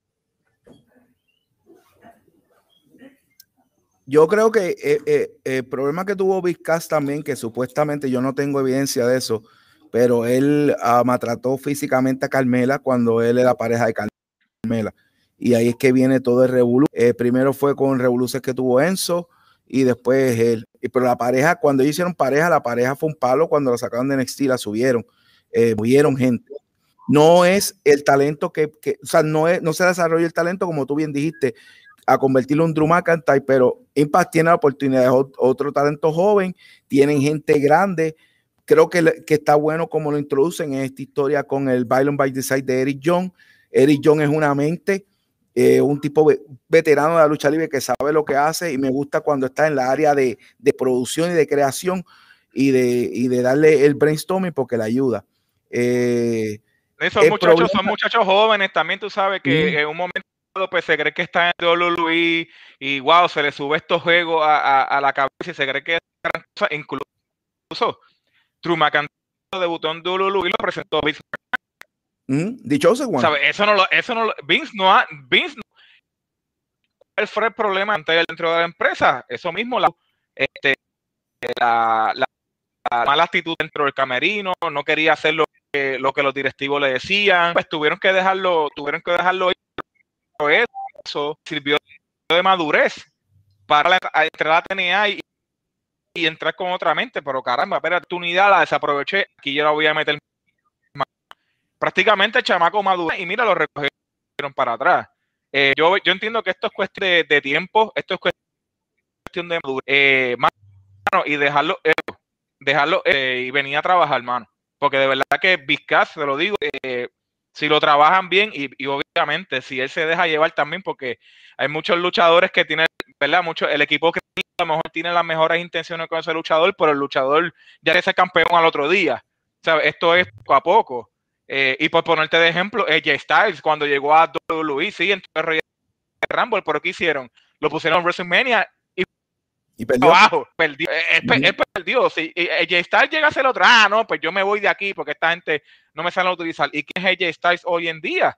Yo creo que eh, eh, el problema que tuvo Big Cass también, que supuestamente yo no tengo evidencia de eso, pero él uh, maltrató físicamente a Carmela cuando él era pareja de Carmela. Y ahí es que viene todo el revolú. Eh, primero fue con revoluciones que tuvo Enzo y después él. Pero la pareja, cuando ellos hicieron pareja, la pareja fue un palo. Cuando la sacaron de N X T, la subieron. Eh, movieron gente. No es el talento que, que o sea, no, es, no se desarrolla el talento, como tú bien dijiste, a convertirlo en Drew McIntyre, pero Impact tiene la oportunidad de otro talento joven, tienen gente grande. Creo que, que está bueno como lo introducen en esta historia con el Violent by Design de Eric Young. Eric Young es una mente, eh, un tipo veterano de la lucha libre que sabe lo que hace, y me gusta cuando está en la área de, de producción y de creación y de, y de darle el brainstorming porque le ayuda. Eh, Esos muchachos problema, son muchachos jóvenes, también tú sabes que sí. En un momento pues se cree que está en W W E y wow, se le sube estos juegos a, a, a la cabeza y se cree que incluso Drew McIntyre debutó en W W E y lo presentó Vince. Mm, dichoso, Juan. ¿Sabe? Eso no lo, eso no lo, Vince no ha, Vince no, ¿cuál fue el problema dentro de la empresa? Eso mismo, la, este, la, la, la mala actitud dentro del camerino, no quería hacer lo que, lo que los directivos le decían, pues tuvieron que dejarlo, tuvieron que dejarlo ir. Eso sirvió de madurez para entrar a la T N A y, y entrar con otra mente, pero caramba, pero la oportunidad la desaproveché, aquí yo la voy a meter más. Prácticamente el chamaco maduró y mira, lo recogieron para atrás. Eh, yo, yo entiendo que esto es cuestión de, de tiempo, esto es cuestión de madurez, eh, mano, y dejarlo, eh, dejarlo eh, y venir a trabajar, mano, porque de verdad que Big Cass, te lo digo, eh, si lo trabajan bien y, y obviamente si él se deja llevar también, porque hay muchos luchadores que tienen, ¿verdad? Mucho, el equipo que a lo mejor tiene las mejores intenciones con ese luchador, pero el luchador ya es campeón al otro día. ¿Sabes? Esto es poco a poco. Eh, y por ponerte de ejemplo, A J Styles cuando llegó a W W E, sí, entonces Rumble, pero ¿qué hicieron? Lo pusieron en WrestleMania y, y perdió. Abajo, perdió. Él, él, él perdió. Si A J Styles llega a ser otro, ah, no, pues yo me voy de aquí porque esta gente no me sale a utilizar. ¿Y quién es A J Styles hoy en día?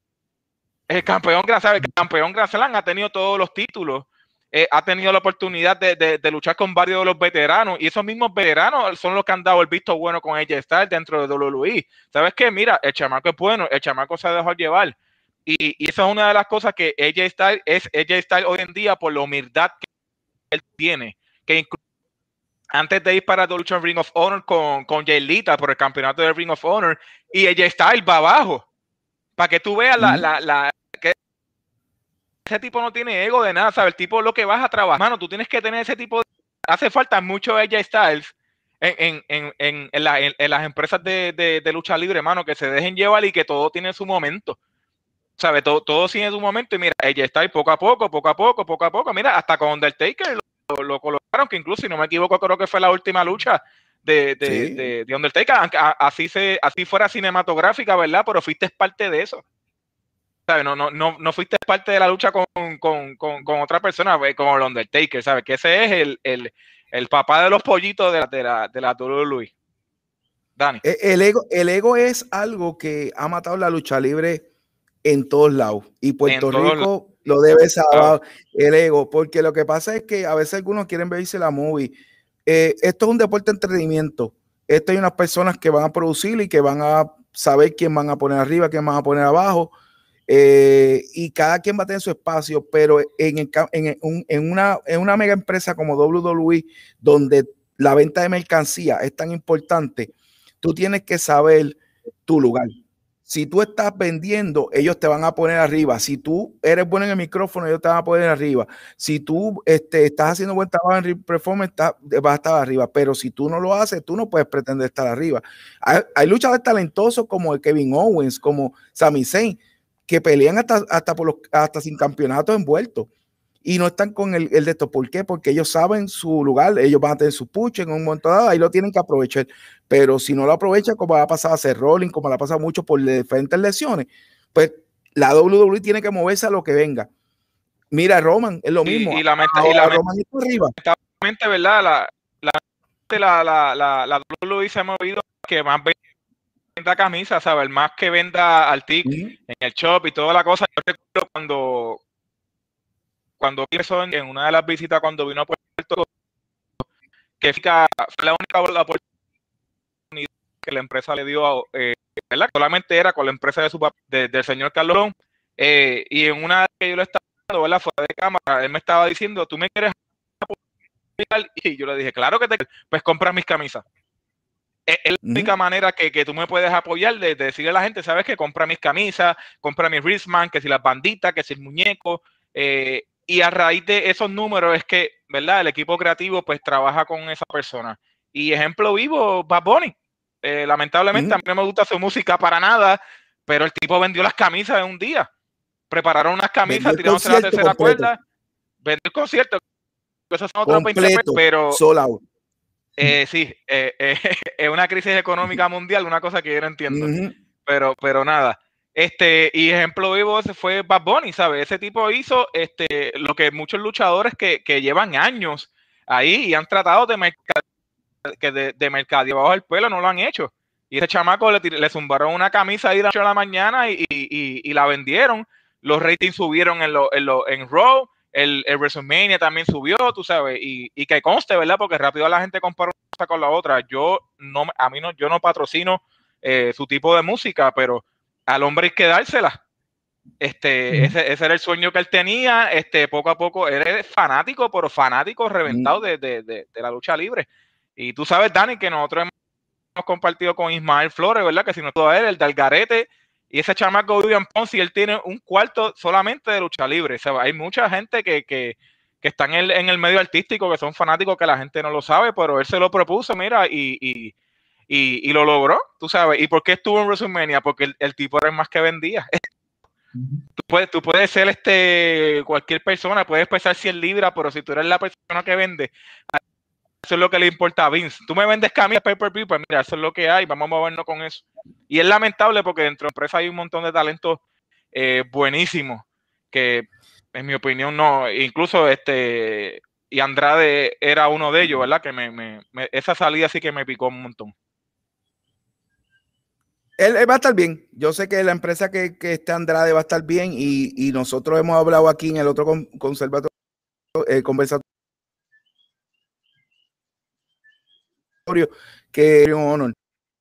El campeón Grand Slam, el campeón Grand Slam ha tenido todos los títulos, eh, ha tenido la oportunidad de, de, de luchar con varios de los veteranos, y esos mismos veteranos son los que han dado el visto bueno con A J Styles dentro de W W E. ¿Sabes qué? Mira, el chamaco es bueno, el chamaco se ha dejado llevar, y, y esa es una de las cosas que A J Styles es A J Styles hoy en día por la humildad que él tiene, que incluso antes de ir para The Lucha Ring of Honor con, con Jay Lita por el campeonato de Ring of Honor, y A J Styles va abajo, para que tú veas la, la, la que ese tipo no tiene ego de nada, ¿sabes? El tipo lo que vas a trabajar, mano, tú tienes que tener ese tipo de... Hace falta mucho A J Styles en, en, en, en, la, en, en las empresas de, de, de lucha libre, hermano, que se dejen llevar y que todo tiene su momento, ¿sabes? Todo, todo tiene su momento, y mira, A J Styles poco a poco, poco a poco, poco a poco, mira, hasta con Undertaker lo, lo colocaron, que incluso, si no me equivoco, creo que fue la última lucha de, de, sí. de, de Undertaker, así, se, así fuera cinematográfica, ¿verdad? Pero fuiste parte de eso. ¿Sabes? No, no, no, no fuiste parte de la lucha con, con, con, con otra persona, como el Undertaker, ¿sabes? Que ese es el, el, el papá de los pollitos de la, de la, de la W W E. Dani. El ego, el ego es algo que ha matado la lucha libre en todos lados. Y Puerto Rico lo debe saber, el ego, porque lo que pasa es que a veces algunos quieren verse la movie. Eh, esto es un deporte de entretenimiento. Esto hay unas personas que van a producir y que van a saber quién van a poner arriba, quién van a poner abajo. Eh, y cada quien va a tener su espacio, pero en, el, en, un, en, una, en una mega empresa como W W E, donde la venta de mercancía es tan importante, tú tienes que saber tu lugar. Si tú estás vendiendo, ellos te van a poner arriba. Si tú eres bueno en el micrófono, ellos te van a poner arriba. Si tú este, estás haciendo buen trabajo en performance, está, vas a estar arriba. Pero si tú no lo haces, tú no puedes pretender estar arriba. Hay, hay luchadores talentosos como el Kevin Owens, como Sami Zayn, que pelean hasta, hasta, por los, hasta sin campeonatos envueltos y no están con el, el de esto. ¿Por qué? Porque ellos saben su lugar, ellos van a tener su push en un momento dado, ahí lo tienen que aprovechar. Pero si no lo aprovechan, como va a pasar a hacer rolling, como le ha pasado mucho por diferentes lesiones, pues la W W E tiene que moverse a lo que venga. Mira, Roman, es lo mismo. Y, y la meta, y la Roman está arriba. Lamentablemente, ¿verdad? La, la, la, la, la, la W W E se ha movido que más venda camisa, ¿sabes? Más que venda artículos uh-huh. en el shop y toda la cosa. Yo recuerdo cuando cuando empezó en una de las visitas cuando vino a Puerto Rico, que fue la única oportunidad que la empresa le dio, eh, ¿verdad? Solamente era con la empresa de su de, del señor Carlos, eh, y en una que yo le estaba dando, ¿verdad? Fuera de cámara, él me estaba diciendo, ¿tú me quieres apoyar? Y yo le dije, claro que te pues compra mis camisas. Es, es la uh-huh. única manera que, que tú me puedes apoyar de, de decirle a la gente, ¿sabes? Que compra mis camisas, compra mis wristband, que si las banditas, que si el muñeco, eh, y a raíz de esos números es que, ¿verdad? El equipo creativo pues trabaja con esa persona. Y ejemplo vivo, Bad Bunny. Eh, lamentablemente mm. a mí no me gusta su música para nada, pero el tipo vendió las camisas en un día. Prepararon unas camisas, tirándose la tercera completo. cuerda, vendió el concierto. Esos son otros veinte pesos, pero eh, sí, eh, eh, es una crisis económica mundial, una cosa que yo no entiendo. Mm-hmm. Pero, pero nada. Este, y ejemplo vivo ese fue Bad Bunny, ¿sabes? Ese tipo hizo este, lo que muchos luchadores que, que llevan años ahí y han tratado de mercadear, que de, de mercadear bajo el pelo, no lo han hecho. Y ese chamaco le, le zumbaron una camisa ahí de la, la mañana y, y, y, y la vendieron. Los ratings subieron en, lo, en, lo, en Raw, el, el WrestleMania también subió, tú sabes, y, y que conste, ¿verdad? Porque rápido la gente compara una cosa con la otra. Yo no, a mí no, yo no patrocino eh, su tipo de música, pero al hombre hay que dársela. Este, mm. ese, ese era el sueño que él tenía. Este, poco a poco, él es fanático, pero fanático reventado mm. de, de, de, de la lucha libre. Y tú sabes, Dani, que nosotros hemos compartido con Ismael Flores, ¿verdad? Que si no todo él, el de Algarete, y ese chamaco William Ponce, y él tiene un cuarto solamente de lucha libre. O sea, hay mucha gente que, que, que está en el, en el medio artístico, que son fanáticos, que la gente no lo sabe, pero él se lo propuso, mira, y, y Y, y lo logró, tú sabes. ¿Y por qué estuvo en WrestleMania? Porque el, el tipo era el más que vendía. Uh-huh. Tú puedes, tú puedes ser este cualquier persona, puedes pesar cien libras, pero si tú eres la persona que vende, eso es lo que le importa a Vince. Tú me vendes camisas pay-per-view, pues mira, eso es lo que hay, vamos a movernos con eso. Y es lamentable porque dentro de la empresa hay un montón de talentos eh, buenísimos, que en mi opinión no, incluso este, y Andrade era uno de ellos, ¿verdad? Que me, me, me, esa salida sí que me picó un montón. Él, él va a estar bien. Yo sé que la empresa que, que esté Andrade va a estar bien y, y nosotros hemos hablado aquí en el otro con, conservatorio, eh, conversatorio que es un honor.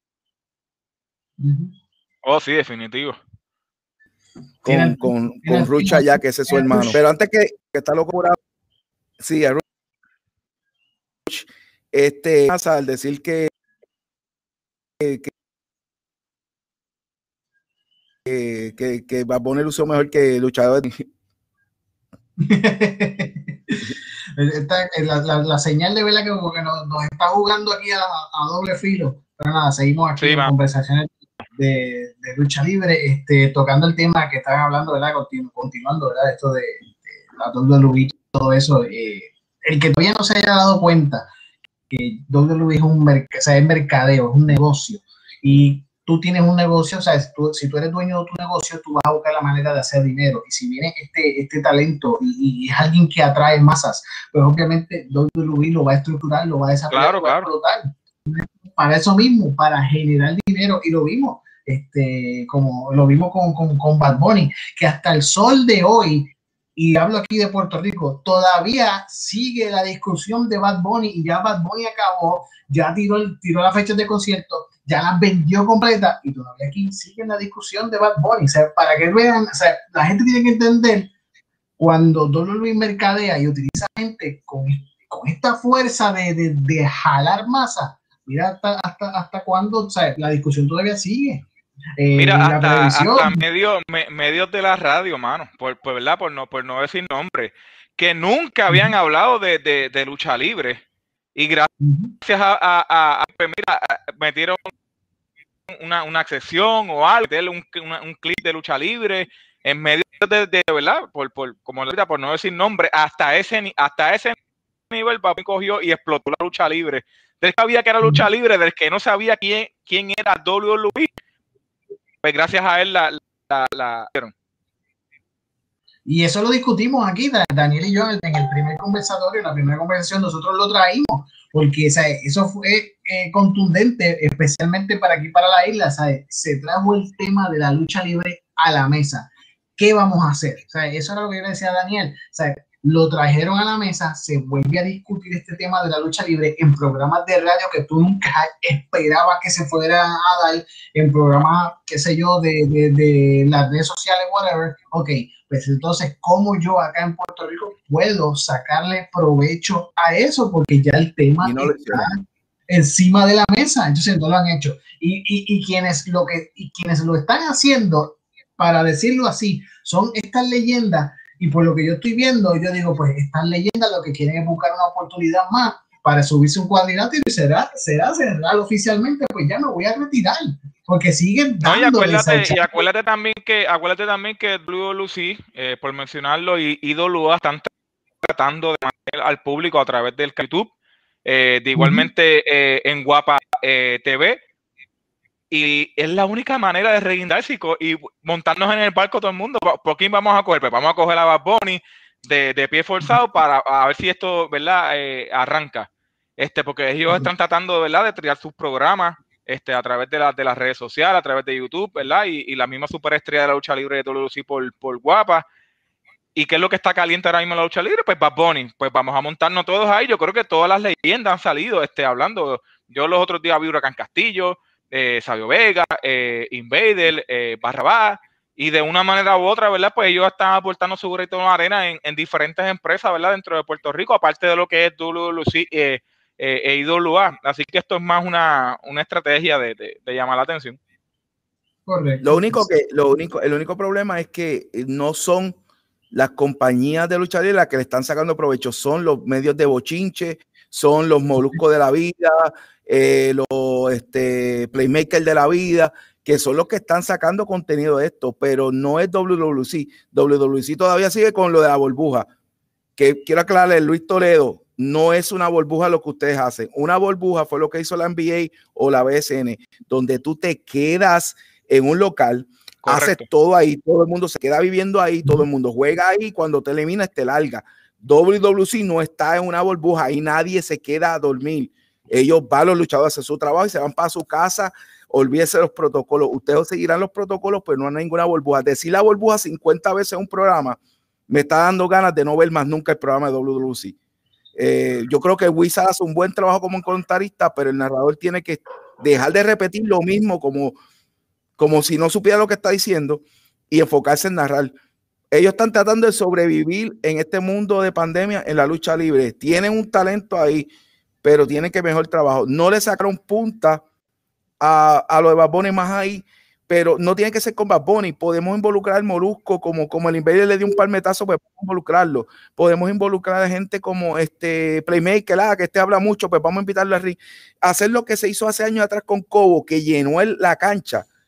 Oh, sí, definitivo. Con, con, con Rucha ya, que ese es su hermano. Pero antes que, que está loco por ahí, sí, a Ruch, este, al decir que, que Que, que, que Bad Bunny usó mejor que luchador. Esta, la, la, la señal de vela que, que nos, nos está jugando aquí a, a doble filo. Pero nada, seguimos aquí sí, en conversaciones de, de lucha libre, este, tocando el tema que estaban hablando, ¿verdad? Continu, continuando, ¿verdad? Esto de, de la W W E, todo eso. Eh, el que todavía no se haya dado cuenta que W W E es un, merc o sea, es mercadeo, es un negocio, y tú tienes un negocio, o sea, si tú, si tú eres dueño de tu negocio, tú vas a buscar la manera de hacer dinero. Y si viene este, este talento y, y es alguien que atrae masas, pues obviamente W W E lo va a estructurar, lo va a desarrollar, claro, lo va claro. a explotar. Para eso mismo, para generar dinero. Y lo vimos, este, como lo vimos con, con, con Bad Bunny, que hasta el sol de hoy, y hablo aquí de Puerto Rico, todavía sigue la discusión de Bad Bunny, y ya Bad Bunny acabó, ya tiró, tiró las fechas de concierto, ya las vendió completa, y todavía aquí sigue la discusión de Bad Bunny. O sea, para que vean, o sea, la gente tiene que entender, cuando W W E mercadea y utiliza gente con, con esta fuerza de, de, de jalar masa, mira hasta, hasta, hasta cuándo, o sea, la discusión todavía sigue. Eh, Mira, en hasta, la televisión. hasta medio, me, medios de la radio, mano, por, por verdad, por no, por no decir nombre, que nunca habían uh -huh. hablado de, de, de lucha libre. Y gracias uh -huh. a, a, a, pues mira, metieron una, una sección o algo, un, una, un clip de lucha libre en medio de, de verdad, por, por, como ahorita, por no decir nombre, hasta ese, hasta ese nivel papi cogió y explotó la lucha libre. Del que sabía que era lucha libre, del que no sabía quién, quién era W W E, pues gracias a él la, la, la, la... Y eso lo discutimos aquí, Daniel y yo, en el primer conversatorio, en la primera conversación, nosotros lo traímos, porque o sea, eso fue eh, contundente, especialmente para aquí, para la isla. O sea, se trajo el tema de la lucha libre a la mesa. ¿Qué vamos a hacer? O sea, eso era lo que yo le decía a Daniel. O sea, lo trajeron a la mesa, se vuelve a discutir este tema de la lucha libre en programas de radio que tú nunca esperabas que se fuera a dar, en programas, qué sé yo, de, de, de las redes sociales, whatever. Ok, pues entonces, ¿cómo yo acá en Puerto Rico puedo sacarle provecho a eso? Porque ya el tema no está encima de la mesa, entonces no lo han hecho. Y, y, y, quienes lo que, y quienes lo están haciendo, para decirlo así, son estas leyendas. Y por lo que yo estoy viendo, yo digo, pues estas leyendas lo que quieren es buscar una oportunidad más para subirse un cuadrilátero y será, será cerrar oficialmente, pues ya me voy a retirar, porque siguen dando. No, y acuérdate, y acuérdate también que, acuérdate también que W W C, eh, por mencionarlo, y I W A están tratando de mantener al público a través del YouTube, eh, de igualmente uh-huh. eh, en Guapa eh, T V. Y es la única manera de reguindarse y, y montarnos en el barco todo el mundo. ¿Por quién vamos a coger? Pues vamos a coger a Bad Bunny de, de pie forzado para a ver si esto, ¿verdad? Eh, arranca. Este, porque ellos están tratando, ¿verdad?, de triar sus programas este, a través de, la, de las redes sociales, a través de YouTube, ¿verdad? Y, y la misma superestrella de la lucha libre de W W C por, por Guapa. ¿Y qué es lo que está caliente ahora mismo en la lucha libre? Pues Bad Bunny. Pues vamos a montarnos todos ahí. Yo creo que todas las leyendas han salido este, hablando. Yo los otros días vi Huracán Castillo, Eh, Sabio Vega, eh, Invader, eh, Barrabás, y de una manera u otra, ¿verdad? Pues ellos están aportando su granito de arena en, en diferentes empresas, ¿verdad? Dentro de Puerto Rico, aparte de lo que es W W C eh, eh, e I W A. Así que esto es más una, una estrategia de, de, de llamar la atención. Correcto. Lo único que, lo único, el único problema es que no son las compañías de lucha libre las que le están sacando provecho, son los medios de bochinche, son los moluscos de la vida, eh, los este, playmakers de la vida, que son los que están sacando contenido de esto, pero no es W W C. W W C todavía sigue con lo de la burbuja, que quiero aclararle, Luis Toledo, no es una burbuja lo que ustedes hacen. Una burbuja fue lo que hizo la N B A o la B S N, donde tú te quedas en un local, correcto, haces todo ahí, todo el mundo se queda viviendo ahí, todo el mundo juega ahí, cuando te eliminas te larga. W W C no está en una burbuja, ahí nadie se queda a dormir. Ellos van, los luchadores, hacen su trabajo y se van para su casa. Olvídese los protocolos. Ustedes seguirán los protocolos, pero no hay ninguna burbuja. Decir la burbuja cincuenta veces en un programa me está dando ganas de no ver más nunca el programa de W W C. Eh, yo creo que Wizard hace un buen trabajo como un comentarista, pero el narrador tiene que dejar de repetir lo mismo como, como si no supiera lo que está diciendo y enfocarse en narrar. Ellos están tratando de sobrevivir en este mundo de pandemia en la lucha libre. Tienen un talento ahí, pero tienen que mejorar el trabajo. No le sacaron punta a, a lo de Bad Bunny más ahí, pero no tiene que ser con Bad Bunny. Podemos involucrar al Molusco, como, como el Invader le dio un palmetazo, pues podemos involucrarlo. Podemos involucrar a gente como este Playmaker, ah, que este habla mucho, pues vamos a invitarlo a ring. Hacer lo que se hizo hace años atrás con Cobo, que llenó el, la cancha.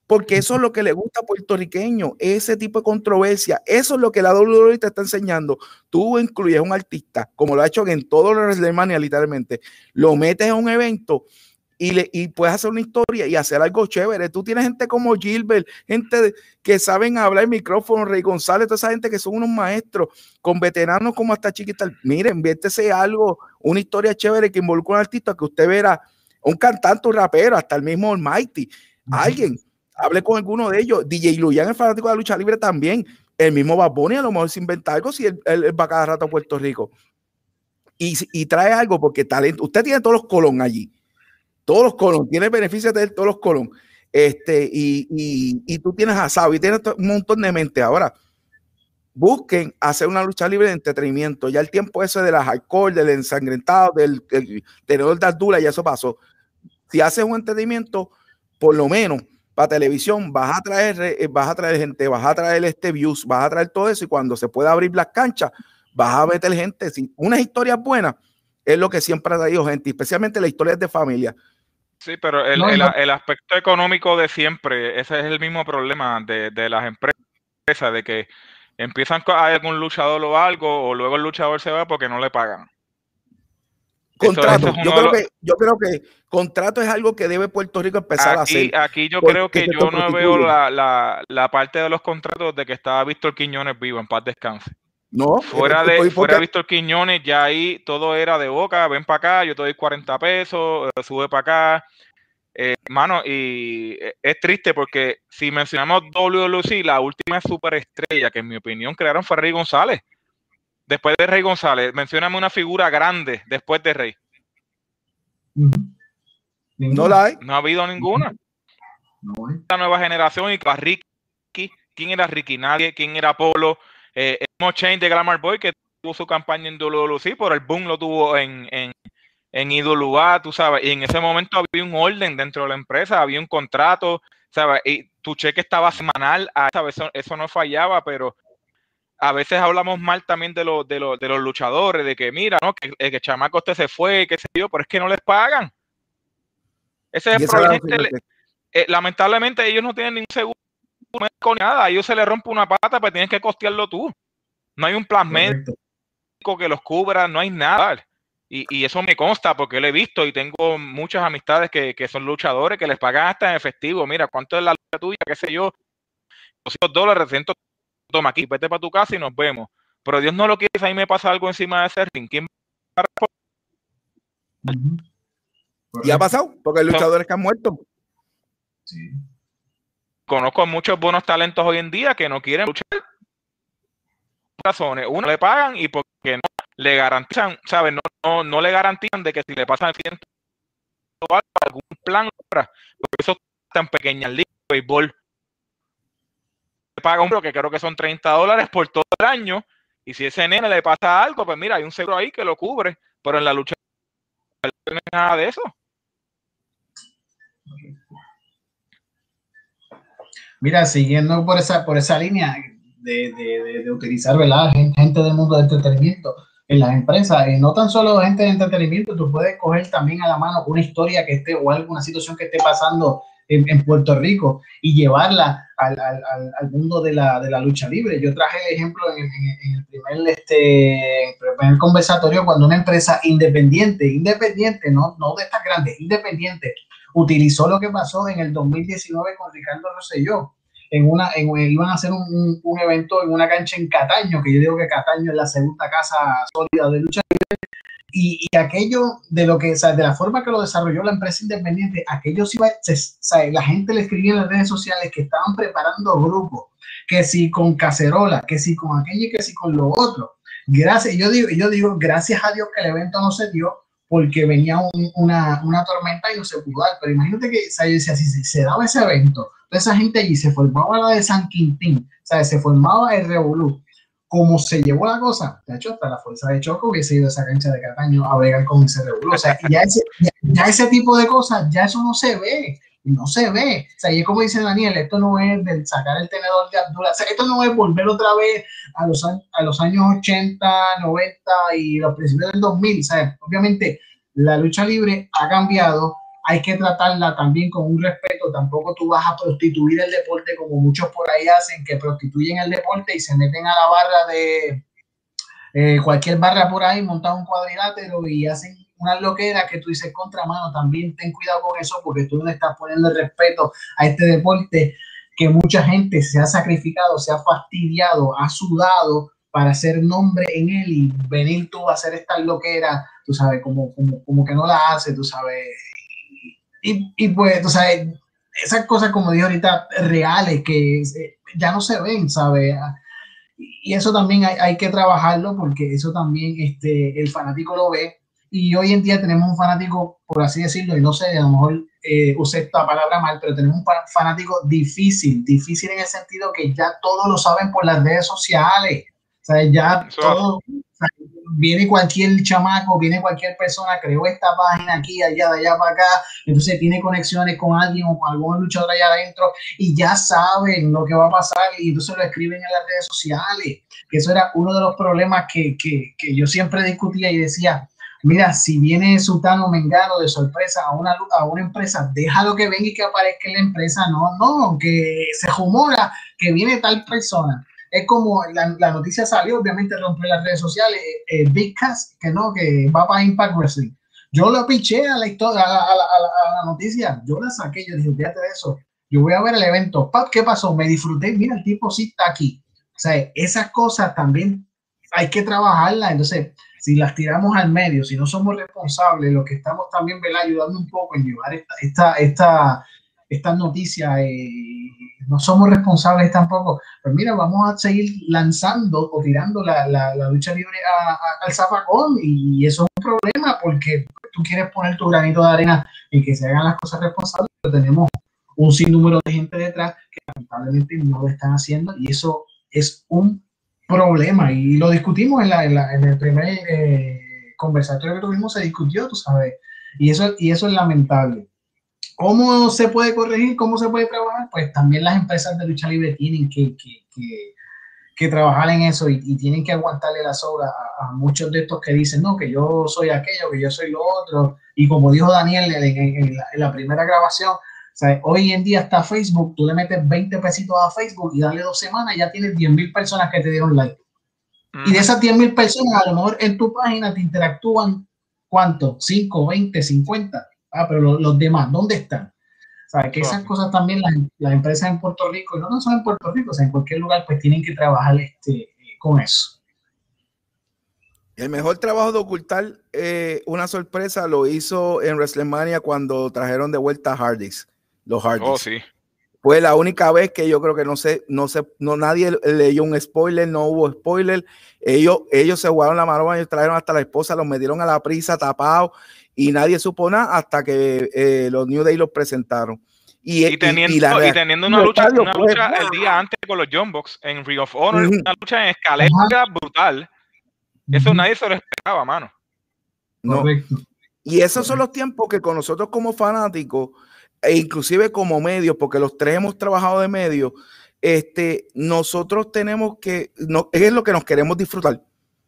porque eso es lo que le gusta a puertorriqueño, ese tipo de controversia. Eso es lo que la doble u doble u E te está enseñando. Tú incluyes a un artista, como lo ha hecho en todos los WrestleMania, literalmente, lo metes en un evento y, le, y puedes hacer una historia y hacer algo chévere. Tú tienes gente como Gilbert, gente de, que saben hablar el micrófono, Rey González, toda esa gente que son unos maestros, con veteranos como hasta chiquitas. Miren, viértese algo, una historia chévere que involucra a un artista, que usted verá un cantante, un rapero, hasta el mismo Almighty, alguien. Hable con alguno de ellos. D J Luyan, el fanático de la lucha libre también. El mismo Bad Bunny a lo mejor se inventa algo si él, él, él va cada rato a Puerto Rico. Y, y trae algo porque talento. Usted tiene todos los Colón allí. Todos los Colón. Tiene beneficios de todos los Colón. Este, y, y, y tú tienes a Sabi, tienes un montón de mente. Ahora, busquen hacer una lucha libre de entretenimiento. Ya el tiempo ese de las hardcore, del ensangrentado, del, del tenedor de Abdullah, ya eso pasó. Si haces un entretenimiento, por lo menos para televisión, vas a traer, vas a traer gente, vas a traer este views, vas a traer todo eso, y cuando se pueda abrir las canchas, vas a meter gente. Si unas historias buenas es lo que siempre ha traído gente, especialmente las historias de familia. Sí, pero el, no, el, no. el aspecto económico de siempre, ese es el mismo problema de, de las empresas, de que empiezan con algún luchador o algo, o luego el luchador se va porque no le pagan. Contrato, eso, eso yo, creo los... que, yo creo que contrato es algo que debe Puerto Rico empezar aquí, a hacer. Aquí yo creo que yo no veo la, la, la parte de los contratos de que estaba Víctor Quiñones vivo, en paz descanse. No, fuera de fuera de Víctor Quiñones, ya ahí todo era de boca, ven para acá, yo te doy cuarenta pesos, sube para acá. Eh, mano, y es triste porque si mencionamos doble u doble u E, la última superestrella que en mi opinión crearon fue Rey González. Después de Rey González, mencióname una figura grande después de Rey. No la hay. No ha habido ninguna. No hay. La nueva generación, y Ricky, ¿quién era Ricky? Nadie. ¿Quién era Polo? Eh, el mismo Shane de Glamour Boy, que tuvo su campaña en doble u doble u E, pero el boom lo tuvo en, en, en I W A, tú sabes, y en ese momento había un orden dentro de la empresa, había un contrato, ¿sabes? Y tu cheque estaba semanal, ¿sabes? Eso, eso no fallaba, pero a veces hablamos mal también de, lo, de, lo, de los luchadores, de que mira, ¿no? Que el que chamaco este se fue, qué sé yo, pero es que no les pagan. Ese es el problema. Eh, lamentablemente ellos no tienen ningún seguro con nada, a ellos se les rompe una pata, pero tienes que costearlo tú. No hay un plan médico que los cubra, no hay nada. Y, y eso me consta porque lo he visto y tengo muchas amistades que, que son luchadores que les pagan hasta en efectivo. Mira, ¿cuánto es la lucha tuya? ¿Qué sé yo? doscientos dólares, ciento, toma aquí, vete para tu casa y nos vemos. Pero Dios no lo quiere, si ahí me pasa algo encima de ese ring. ¿Quién va a uh-huh. Y ha pasado, porque hay luchadores que han muerto. Sí. Conozco muchos buenos talentos hoy en día que no quieren luchar. Razones. Uno, le pagan y porque no le garantizan, ¿sabes? No, no, no le garantizan de que si le pasan accidente o algún plan, porque eso está en pequeñas ligas de béisbol. Le paga un que creo que son treinta dólares por todo el año, y si ese nene le pasa algo, pues mira, hay un seguro ahí que lo cubre, pero en la lucha no hay nada de eso. Mira, siguiendo por esa, por esa línea de, de, de, de utilizar, ¿verdad? Gente, gente del mundo del entretenimiento en las empresas, y no tan solo gente de entretenimiento, tú puedes coger también a la mano una historia que esté o alguna situación que esté pasando en, en Puerto Rico y llevarla al, al, al mundo de la, de la lucha libre. Yo traje el ejemplo en, en, en el primer, este, el primer conversatorio cuando una empresa independiente, independiente, no, no de estas grandes, independiente, utilizó lo que pasó en el dos mil diecinueve con Ricardo Rosselló. En una, en, iban a hacer un, un, un evento en una cancha en Cataño, que yo digo que Cataño es la segunda casa sólida de lucha libre, y, y aquello de lo que, o sea, de la forma que lo desarrolló la empresa independiente, aquello sí iba, se, o sea, la gente le escribía en las redes sociales que estaban preparando grupos, que si con cacerola, que si con aquello y que si con lo otro. Gracias, yo digo, yo digo, gracias a Dios que el evento no se dio, porque venía un, una, una tormenta y no se pudo dar. Pero imagínate que, o sea, yo decía, si se, se daba ese evento, toda esa gente allí, se formaba la de San Quintín, o sea, se formaba el revolú. Como se llevó la cosa, de hecho, hasta la fuerza de Choco hubiese ido a esa cancha de Cataño a bregar con ese revolú. O sea, ya ese, ya, ya ese tipo de cosas, ya eso no se ve. No se ve. O sea, y es como dice Daniel, esto no es del sacar el tenedor de Abdullah. O sea, esto no es volver otra vez a los, a los años ochenta, noventa y los principios del dos mil. O sea, obviamente la lucha libre ha cambiado. Hay que tratarla también con un respeto respeto, tampoco tú vas a prostituir el deporte como muchos por ahí hacen, que prostituyen el deporte y se meten a la barra de eh, cualquier barra por ahí, montan un cuadrilátero y hacen una loquera que tú dices contra mano. También ten cuidado con eso, porque tú no estás poniendo el respeto a este deporte que mucha gente se ha sacrificado, se ha fastidiado, ha sudado para hacer nombre en él, y venir tú a hacer esta loquera, tú sabes, como, como, como que no la hace, tú sabes. Y, y pues, tú sabes, esas cosas, como dije ahorita, reales, que ya no se ven, ¿sabes? Y eso también hay, hay que trabajarlo, porque eso también este, el fanático lo ve. Y hoy en día tenemos un fanático, por así decirlo, y no sé, a lo mejor eh, usé esta palabra mal, pero tenemos un fanático difícil, difícil en el sentido que ya todos lo saben por las redes sociales. O sea, ya Eso todo, o sea, viene cualquier chamaco, viene cualquier persona, creó esta página aquí, allá, de allá para acá, entonces tiene conexiones con alguien o con algún luchador allá adentro, y ya saben lo que va a pasar, y entonces lo escriben en las redes sociales. Que eso era uno de los problemas que, que, que yo siempre discutía y decía, mira, si viene Sutano Mengano de sorpresa a una, a una empresa, déjalo que venga y que aparezca en la empresa. No, no, que se rumora que viene tal persona. Es como la, la noticia salió, obviamente rompió las redes sociales, eh, Big Cass, que no, que va para Impact Wrestling. Yo lo piché a la historia, a la, a, la, a, la, a la noticia, yo la saqué, yo dije, fíjate de eso, yo voy a ver el evento. Pap, ¿qué pasó? Me disfruté, mira, el tipo sí está aquí. O sea, esas cosas también hay que trabajarlas. Entonces, si las tiramos al medio, si no somos responsables, lo que estamos también, ¿verdad?, ayudando un poco en llevar esta, esta, esta, estas noticias, eh, no somos responsables tampoco, pues mira, vamos a seguir lanzando o tirando la, la, la lucha libre a, a, al zapacón, y eso es un problema, porque tú quieres poner tu granito de arena en que se hagan las cosas responsables, pero tenemos un sinnúmero de gente detrás que lamentablemente no lo están haciendo, y eso es un problema, y lo discutimos en, la, en, la, en el primer eh, conversatorio que tuvimos, se discutió, tú sabes, y eso, y eso es lamentable. ¿Cómo se puede corregir? ¿Cómo se puede trabajar? Pues también las empresas de lucha libre tienen que, que, que, que trabajar en eso, y, y tienen que aguantarle la soga a, a muchos de estos que dicen, no, que yo soy aquello, que yo soy lo otro, y como dijo Daniel en, en, en, la, en la primera grabación, o sea, hoy en día está Facebook, tú le metes veinte pesitos a Facebook y dale dos semanas, ya tienes diez mil personas que te dieron like. Mm. Y de esas diez mil personas, a lo mejor en tu página te interactúan, ¿cuánto? cinco, veinte, cincuenta. Ah, pero los, los demás, ¿dónde están? O sea, que esas cosas también las, las empresas en Puerto Rico, y no, no solo en Puerto Rico, o sea, en cualquier lugar, pues tienen que trabajar este, con eso. El mejor trabajo de ocultar eh, una sorpresa lo hizo en WrestleMania cuando trajeron de vuelta a Hardys, los Hardys. Oh, sí. Fue la única vez que yo creo que no sé, no sé, no nadie leyó un spoiler, no hubo spoiler. Ellos, ellos se jugaron la maroma, ellos trajeron hasta la esposa, los metieron a la prisa, tapados, y nadie supo nada hasta que eh, los New Day los presentaron. Y, y, teniendo, y, y, la y teniendo una lucha, una lucha el día antes con los Young Bucks en Ring of Honor, uh-huh. una lucha en escalera uh-huh. brutal. Eso uh-huh. nadie se lo esperaba, mano. No. Correcto. Y esos son los tiempos que con nosotros como fanáticos, e inclusive como medios, porque los tres hemos trabajado de medios, este, nosotros tenemos que, no, es lo que nos queremos disfrutar.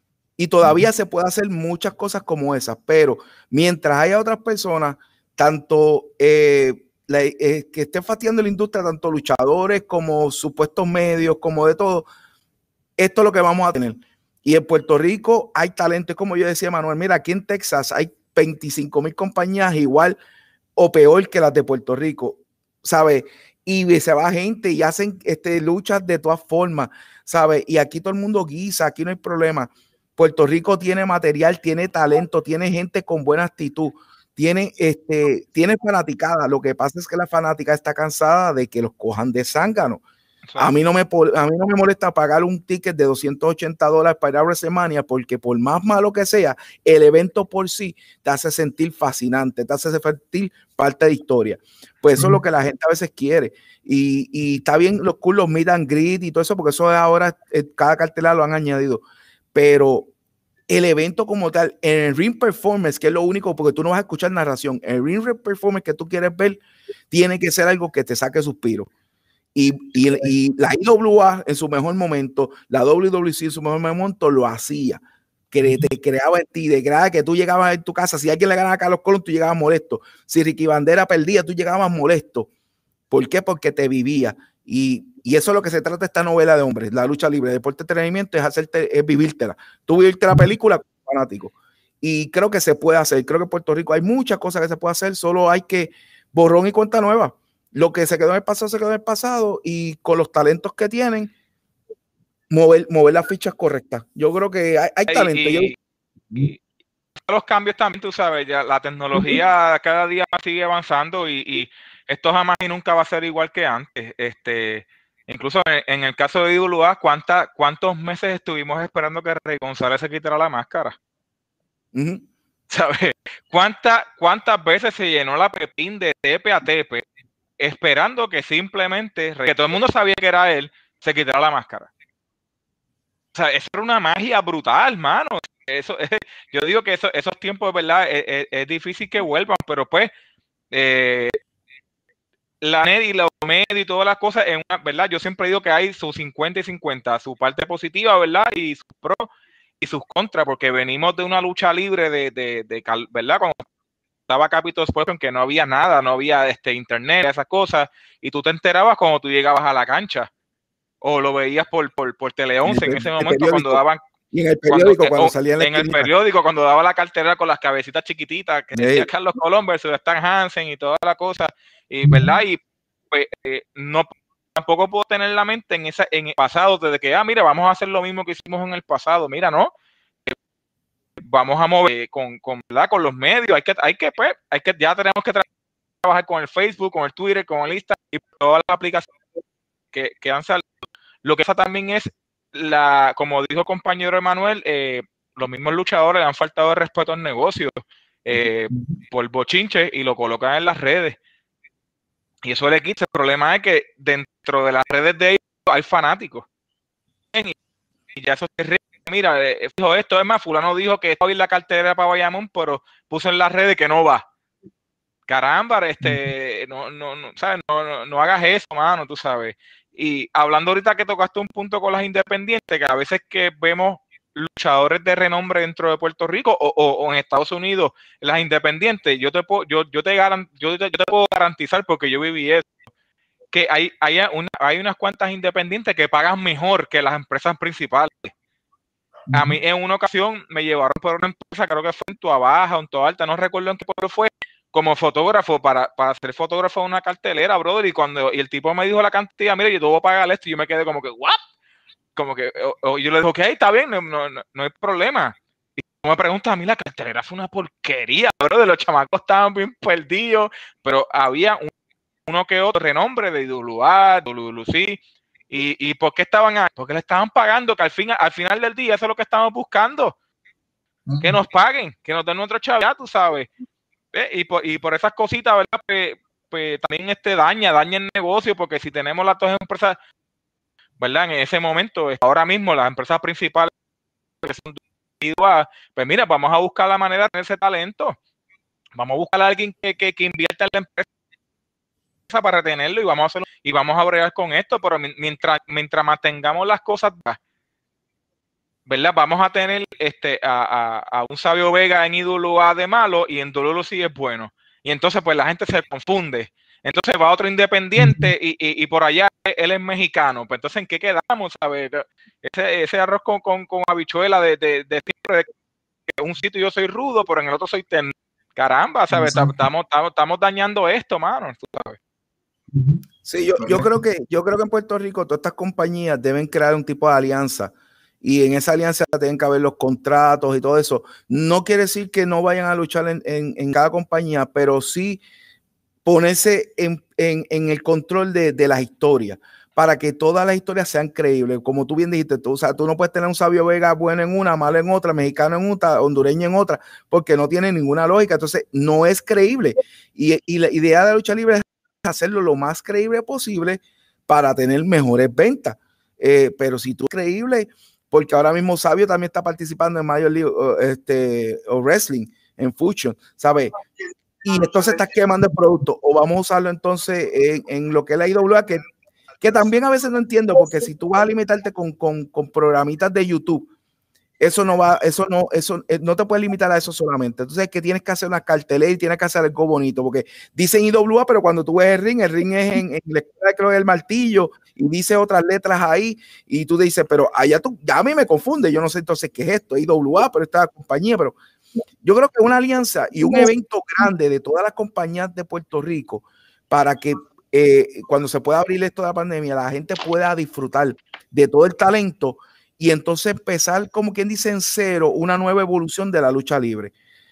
Y todavía uh-huh. se puede hacer muchas cosas como esas, pero mientras haya otras personas, tanto eh, la, eh, que estén fastidiando la industria, tanto luchadores como supuestos medios, como de todo, esto es lo que vamos a tener. Y en Puerto Rico hay talento, como yo decía, Manuel, mira, aquí en Texas hay veinticinco mil compañías igual o peor que las de Puerto Rico, ¿sabes? Y se va gente y hacen este, luchas de todas formas, ¿sabes? Y aquí todo el mundo guisa, aquí no hay problema. Puerto Rico tiene material, tiene talento, tiene gente con buena actitud, tiene, este, tiene fanaticada. Lo que pasa es que la fanática está cansada de que los cojan de zángano. A mí, no me, a mí no me molesta pagar un ticket de doscientos ochenta dólares para ir a WrestleMania, porque por más malo que sea, el evento por sí te hace sentir fascinante, te hace sentir parte de historia. Pues eso mm. es lo que la gente a veces quiere. Y, y está bien los cool, los meet and greet y todo eso, porque eso ahora cada cartelera lo han añadido. Pero el evento como tal, en el ring performance, que es lo único, porque tú no vas a escuchar narración, el ring performance que tú quieres ver, tiene que ser algo que te saque suspiro. Y, y, y la I W A en su mejor momento, la W W C en su mejor momento lo hacía, que te creaba en ti, de grada que tú llegabas en tu casa, si alguien le ganaba a Carlos Colón, tú llegabas molesto, si Ricky Bandera perdía, tú llegabas molesto, ¿Por qué? Porque te vivía. Y, y eso es lo que se trata esta novela de hombres, la lucha libre, deporte de entretenimiento, es hacerte, es vivírtela. Tú vivirte la película como fanático. Y creo que se puede hacer. Creo que en Puerto Rico hay muchas cosas que se puede hacer, solo hay que borrón y cuenta nueva. Lo que se quedó en el pasado, se quedó en el pasado, y con los talentos que tienen, mover, mover las fichas correctas. Yo creo que hay, hay talento. Y, Yo, y los cambios también, tú sabes, ya la tecnología uh-huh. cada día sigue avanzando y, y esto jamás y nunca va a ser igual que antes. Este, incluso en, en el caso de I W A, ¿cuánta, ¿cuántos meses estuvimos esperando que Rey González se quitara la máscara? Uh-huh. ¿Sabes? ¿Cuánta, ¿Cuántas veces se llenó la Pepín de tepe a tepe esperando que simplemente, que todo el mundo sabía que era él, se quitara la máscara? O sea, eso era una magia brutal, mano. Eso, es, yo digo que eso, esos tiempos, ¿verdad? Es, es, es difícil que vuelvan, pero pues eh, la N E D y la O M E D y todas las cosas, en una, ¿verdad? Yo siempre digo que hay sus cincuenta y cincuenta, su parte positiva, ¿verdad? Y sus pros y sus contras, porque venimos de una lucha libre de, de, de, de ¿verdad? Cuando estaba Capitol Sports, que no había nada, no había este internet, esas cosas, y tú te enterabas cuando tú llegabas a la cancha, o lo veías por, por, por Tele once en, el, en ese momento periódico. Cuando daban... Y en el periódico, cuando, cuando salía en, la en el periódico, cuando daba la cartera con las cabecitas chiquititas, que decía sí. Carlos Colón versus Stan Hansen y toda la cosa, y verdad, y pues, eh, no tampoco puedo tener la mente en esa en el pasado, desde que, ah, mira, vamos a hacer lo mismo que hicimos en el pasado, mira, no, eh, vamos a mover eh, con, con, ¿verdad? Con los medios, hay que, hay que, pues, hay que, ya tenemos que tra trabajar con el Facebook, con el Twitter, con el Instagram y todas las aplicaciones que, que han salido. Lo que pasa también es la, como dijo el compañero Emanuel, eh, los mismos luchadores le han faltado de respeto al negocio eh, por bochinche y lo colocan en las redes. Y eso le quita. El problema es que dentro de las redes de ellos hay fanáticos. Y, y ya eso se ríe. Mira, eh, dijo esto, es más, fulano dijo que estaba en la cartera para Bayamón, pero puso en las redes que no va. Caramba, este, no, no, no, ¿sabes? No, no, no hagas eso, mano, tú sabes. Y hablando ahorita que tocaste un punto con las independientes, que a veces que vemos luchadores de renombre dentro de Puerto Rico o, o, o en Estados Unidos, las independientes, yo te puedo, yo, yo te garan, yo, te, yo te puedo garantizar, porque yo viví eso, que hay, hay, una, hay unas cuantas independientes que pagan mejor que las empresas principales. A mí en una ocasión me llevaron por una empresa, creo que fue en Tua Baja o en Tua Alta, no recuerdo en qué pueblo fue, como fotógrafo, para, para ser fotógrafo de una cartelera, brother, y cuando y el tipo me dijo la cantidad, mira, yo te voy a pagar esto, y yo me quedé como que, ¿what? Como que, o, o yo le dije, ok, está bien, no, no, no hay problema. Y me pregunta a mí, la cartelera fue una porquería, brother, los chamacos estaban bien perdidos, pero había un, uno que otro renombre de I W A, W W C, y, y ¿por qué estaban ahí? Porque le estaban pagando, que al, fin, al final del día eso es lo que estamos buscando, uh-huh. Que nos paguen, que nos den nuestro chaval, tú sabes. ¿Eh? Y, por, y por esas cositas, ¿verdad? Pues, pues también este daña, daña el negocio, porque si tenemos las dos empresas, ¿verdad? En ese momento, ahora mismo las empresas principales que son individuales, pues mira, vamos a buscar la manera de tener ese talento, vamos a buscar a alguien que, que, que invierta en la empresa para retenerlo y vamos a hacerlo, y vamos a bregar con esto, pero mientras, mientras mantengamos las cosas, ¿verdad? Vamos a tener este a, a, a un Sabio Vega en I W A de malo y en W W C es bueno. Y entonces pues la gente se confunde. Entonces va otro independiente y, y, y por allá él es mexicano. Pues entonces, ¿en qué quedamos? ¿Sabes? Ese, ese arroz con, con, con habichuela de, de, de siempre, de que en un sitio yo soy rudo, pero en el otro soy ten... Caramba, ¿sabes? Estamos, estamos, estamos dañando esto, mano, ¿tú sabes? Sí, yo, yo creo que yo creo que en Puerto Rico todas estas compañías deben crear un tipo de alianza. Y en esa alianza tienen que haber los contratos y todo eso. No quiere decir que no vayan a luchar en, en, en cada compañía, pero sí ponerse en, en, en el control de, de las historias, para que todas las historias sean creíbles. Como tú bien dijiste, tú, o sea, tú no puedes tener un Sabio Vega bueno en una, malo en otra, mexicano en otra, hondureño en otra, porque no tiene ninguna lógica. Entonces, no es creíble. Y, y la idea de la lucha libre es hacerlo lo más creíble posible para tener mejores ventas. Eh, pero si tú eres creíble, porque ahora mismo Sabio también está participando en Major League uh, este, o Wrestling, en Fusion, ¿sabes? Y entonces estás quemando el producto, o vamos a usarlo entonces en, en lo que es la I W A, que, que también a veces no entiendo, porque si tú vas a limitarte con, con, con programitas de YouTube Eso no va, eso no, eso no te puedes limitar a eso solamente. Entonces es que tienes que hacer una cartelera y tienes que hacer algo bonito, porque dicen I W A, pero cuando tú ves el ring, el ring es en, en la escuela, creo que es el martillo, y dice otras letras ahí, y tú te dices, pero allá tú, ya a mí me confunde, yo no sé entonces qué es esto, I W A, pero esta compañía, pero yo creo que una alianza y un evento grande de todas las compañías de Puerto Rico para que eh, cuando se pueda abrir esto de la pandemia, la gente pueda disfrutar de todo el talento y entonces empezar, como quien dice, en cero, una nueva evolución de la lucha libre.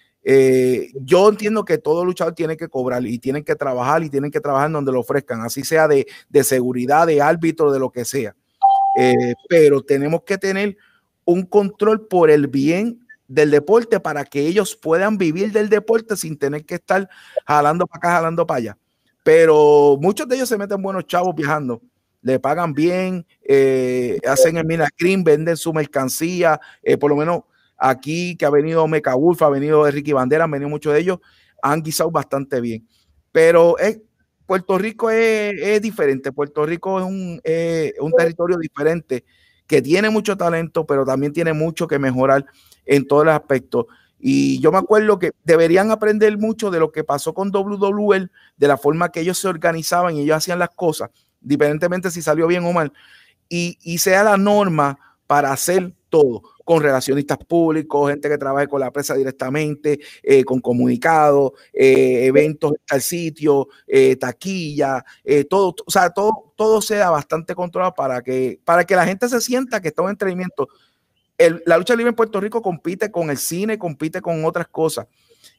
Eh, yo entiendo que todo luchador tiene que cobrar y tienen que trabajar y tienen que trabajar donde lo ofrezcan, así sea de, de seguridad, de árbitro, de lo que sea. Eh, pero tenemos que tener un control por el bien del deporte para que ellos puedan vivir del deporte sin tener que estar jalando para acá, jalando para allá. Pero muchos de ellos se meten buenos chavos viajando. Le pagan bien, eh, hacen el Mina Cream, venden su mercancía, eh, por lo menos aquí que ha venido Mecha Wolf, ha venido Ricky Bandera, han venido muchos de ellos, han guisado bastante bien. Pero es, Puerto Rico es, es diferente, Puerto Rico es un, eh, un territorio diferente que tiene mucho talento, pero también tiene mucho que mejorar en todos los aspectos. Y yo me acuerdo que deberían aprender mucho de lo que pasó con W W E, de la forma que ellos se organizaban y ellos hacían las cosas, diferentemente si salió bien o mal, y, y sea la norma para hacer todo, con relacionistas públicos, gente que trabaje con la prensa directamente, eh, con comunicados, eh, eventos al sitio, eh, taquilla, eh, todo, o sea, todo, todo sea bastante controlado para que, para que la gente se sienta que está en entretenimiento. El, la lucha libre en Puerto Rico compite con el cine, compite con otras cosas.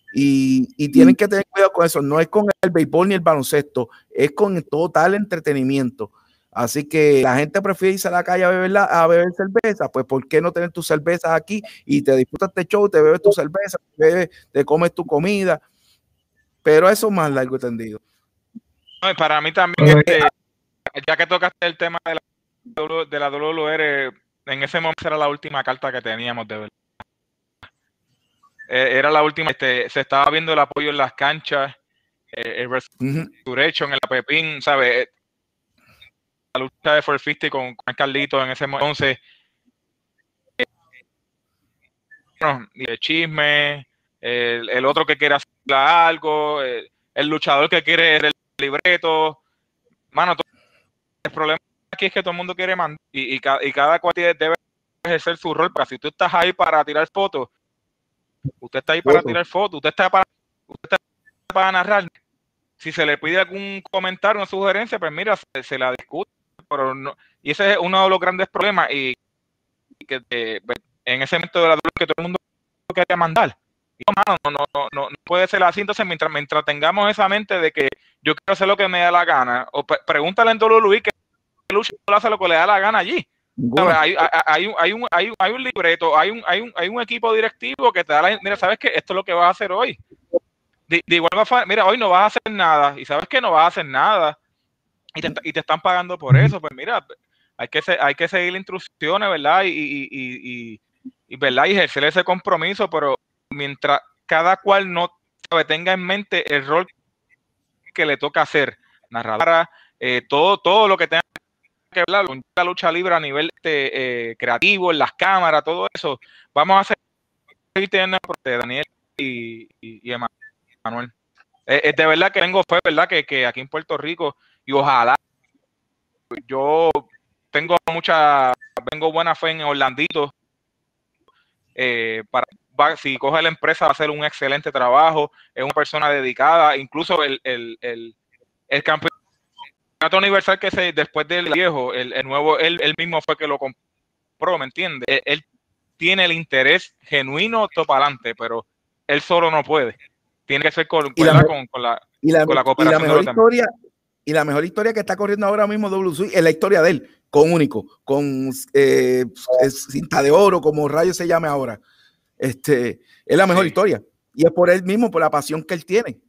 Y, y tienen que tener cuidado con eso. No es con el béisbol ni el baloncesto, es con total entretenimiento. Así que la gente prefiere irse a la calle a beber, la, a beber cerveza. Pues, ¿por qué no tener tus cervezas aquí y te disfrutas este show, te bebes tu cerveza, te, bebes, te comes tu comida? Pero eso es más largo y tendido. No, y para mí también, este, ya que tocaste el tema de la, de la W W E, en ese momento era la última carta que teníamos, de verdad. Eh, era la última, este, se estaba viendo el apoyo en las canchas, eh, el Resurrection, uh-huh. el Pepín, ¿sabes? La lucha de cuatro cincuenta con, con Carlito en ese momento. Entonces, eh, bueno, el chisme, el, el otro que quiere hacer algo, el, el luchador que quiere el libreto. Mano, todo, el problema aquí es que todo el mundo quiere mandar y, y, y cada cual debe ejercer su rol. Porque si tú estás ahí para tirar fotos, usted está ahí para tirar fotos, usted está para, usted está para narrar. Si se le pide algún comentario, una sugerencia, pues mira, se, se la discute. Pero no, y ese es uno de los grandes problemas. Y, y que eh, en ese momento de la que todo el mundo quería mandar. Y no, mano, no, no, no, no puede ser así. Entonces, mientras, mientras tengamos esa mente de que yo quiero hacer lo que me da la gana, o pre pregúntale en W W E que lucha hace lo que le da la gana allí. Bueno. Hay, hay, hay, un, hay, un, hay, un, hay un libreto, hay un, hay, un, hay un equipo directivo que te da la... Mira, ¿sabes qué? Esto es lo que vas a hacer hoy. De, de igual manera, mira, hoy no vas a hacer nada. Y ¿sabes que no vas a hacer nada? Y te, y te están pagando por eso. Pues mira, hay que, hay que seguir las instrucciones, ¿verdad? Y, y, y, y, y, ¿verdad? Y ejercer ese compromiso, pero mientras cada cual no sabe, tenga en mente el rol que le toca hacer, narradora, eh, todo, todo lo que tenga que hablar con la lucha libre a nivel este, eh, creativo, en las cámaras, todo eso, vamos a seguir teniendo de Daniel y, y, y Emanuel. Eh, eh, de verdad que tengo fe, verdad, que, que aquí en Puerto Rico, y ojalá, yo tengo mucha, tengo buena fe en Orlandito, eh, para va, si coge la empresa va a hacer un excelente trabajo, es una persona dedicada, incluso el, el, el, el campeonato universal que se después del viejo, el, el nuevo, él, él mismo fue que lo compró, ¿me entiendes? Él, él tiene el interés genuino todo para adelante, pero él solo no puede. Tiene que ser con, con, la, con, con, la, y la, con la cooperación. Y la, mejor historia, y la mejor historia que está corriendo ahora mismo W W E es la historia de él, con Único, con eh, Cinta de Oro, como rayo se llame ahora. Este, es la mejor sí. historia. Y es por él mismo, por la pasión que él tiene.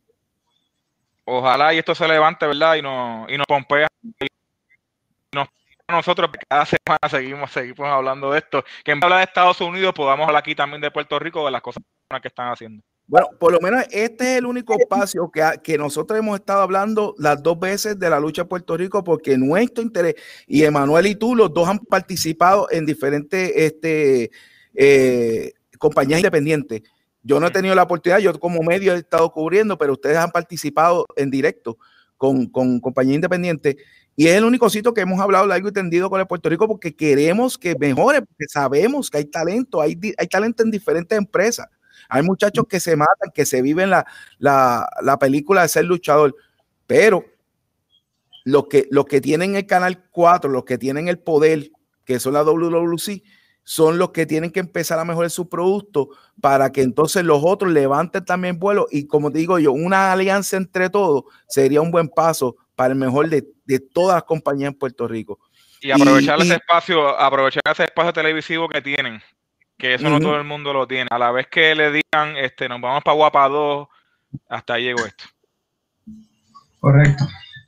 Ojalá y esto se levante, ¿verdad? Y nos, y nos pompea. Y nos, nosotros cada semana seguimos, seguimos hablando de esto. Que en habla de Estados Unidos, podamos hablar aquí también de Puerto Rico, de las cosas que están haciendo. Bueno, por lo menos este es el único espacio que, que nosotros hemos estado hablando las dos veces de la lucha de Puerto Rico, porque nuestro interés, y Emanuel y tú, los dos han participado en diferentes este, eh, compañías independientes. Yo no he tenido la oportunidad, yo como medio he estado cubriendo, pero ustedes han participado en directo con, con compañías independientes y es el único sitio que hemos hablado largo y tendido con el Puerto Rico porque queremos que mejore, porque sabemos que hay talento, hay, hay talento en diferentes empresas. Hay muchachos que se matan, que se viven la, la, la película de ser luchador, pero los que, los que tienen el Canal cuatro, los que tienen el poder, que son la W W C, son los que tienen que empezar a mejorar su producto para que entonces los otros levanten también vuelo y como te digo yo, una alianza entre todos sería un buen paso para el mejor de, de todas las compañías en Puerto Rico. Y aprovechar y, ese y, espacio, aprovechar ese espacio televisivo que tienen, que eso uh-huh. no todo el mundo lo tiene. A la vez que le digan, este, nos vamos para Guapa dos, hasta ahí llegó esto. Correcto.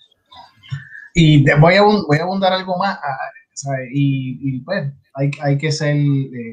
Y te voy a, voy a abundar algo más, ¿sabes? Y, y pues hay, hay que ser eh,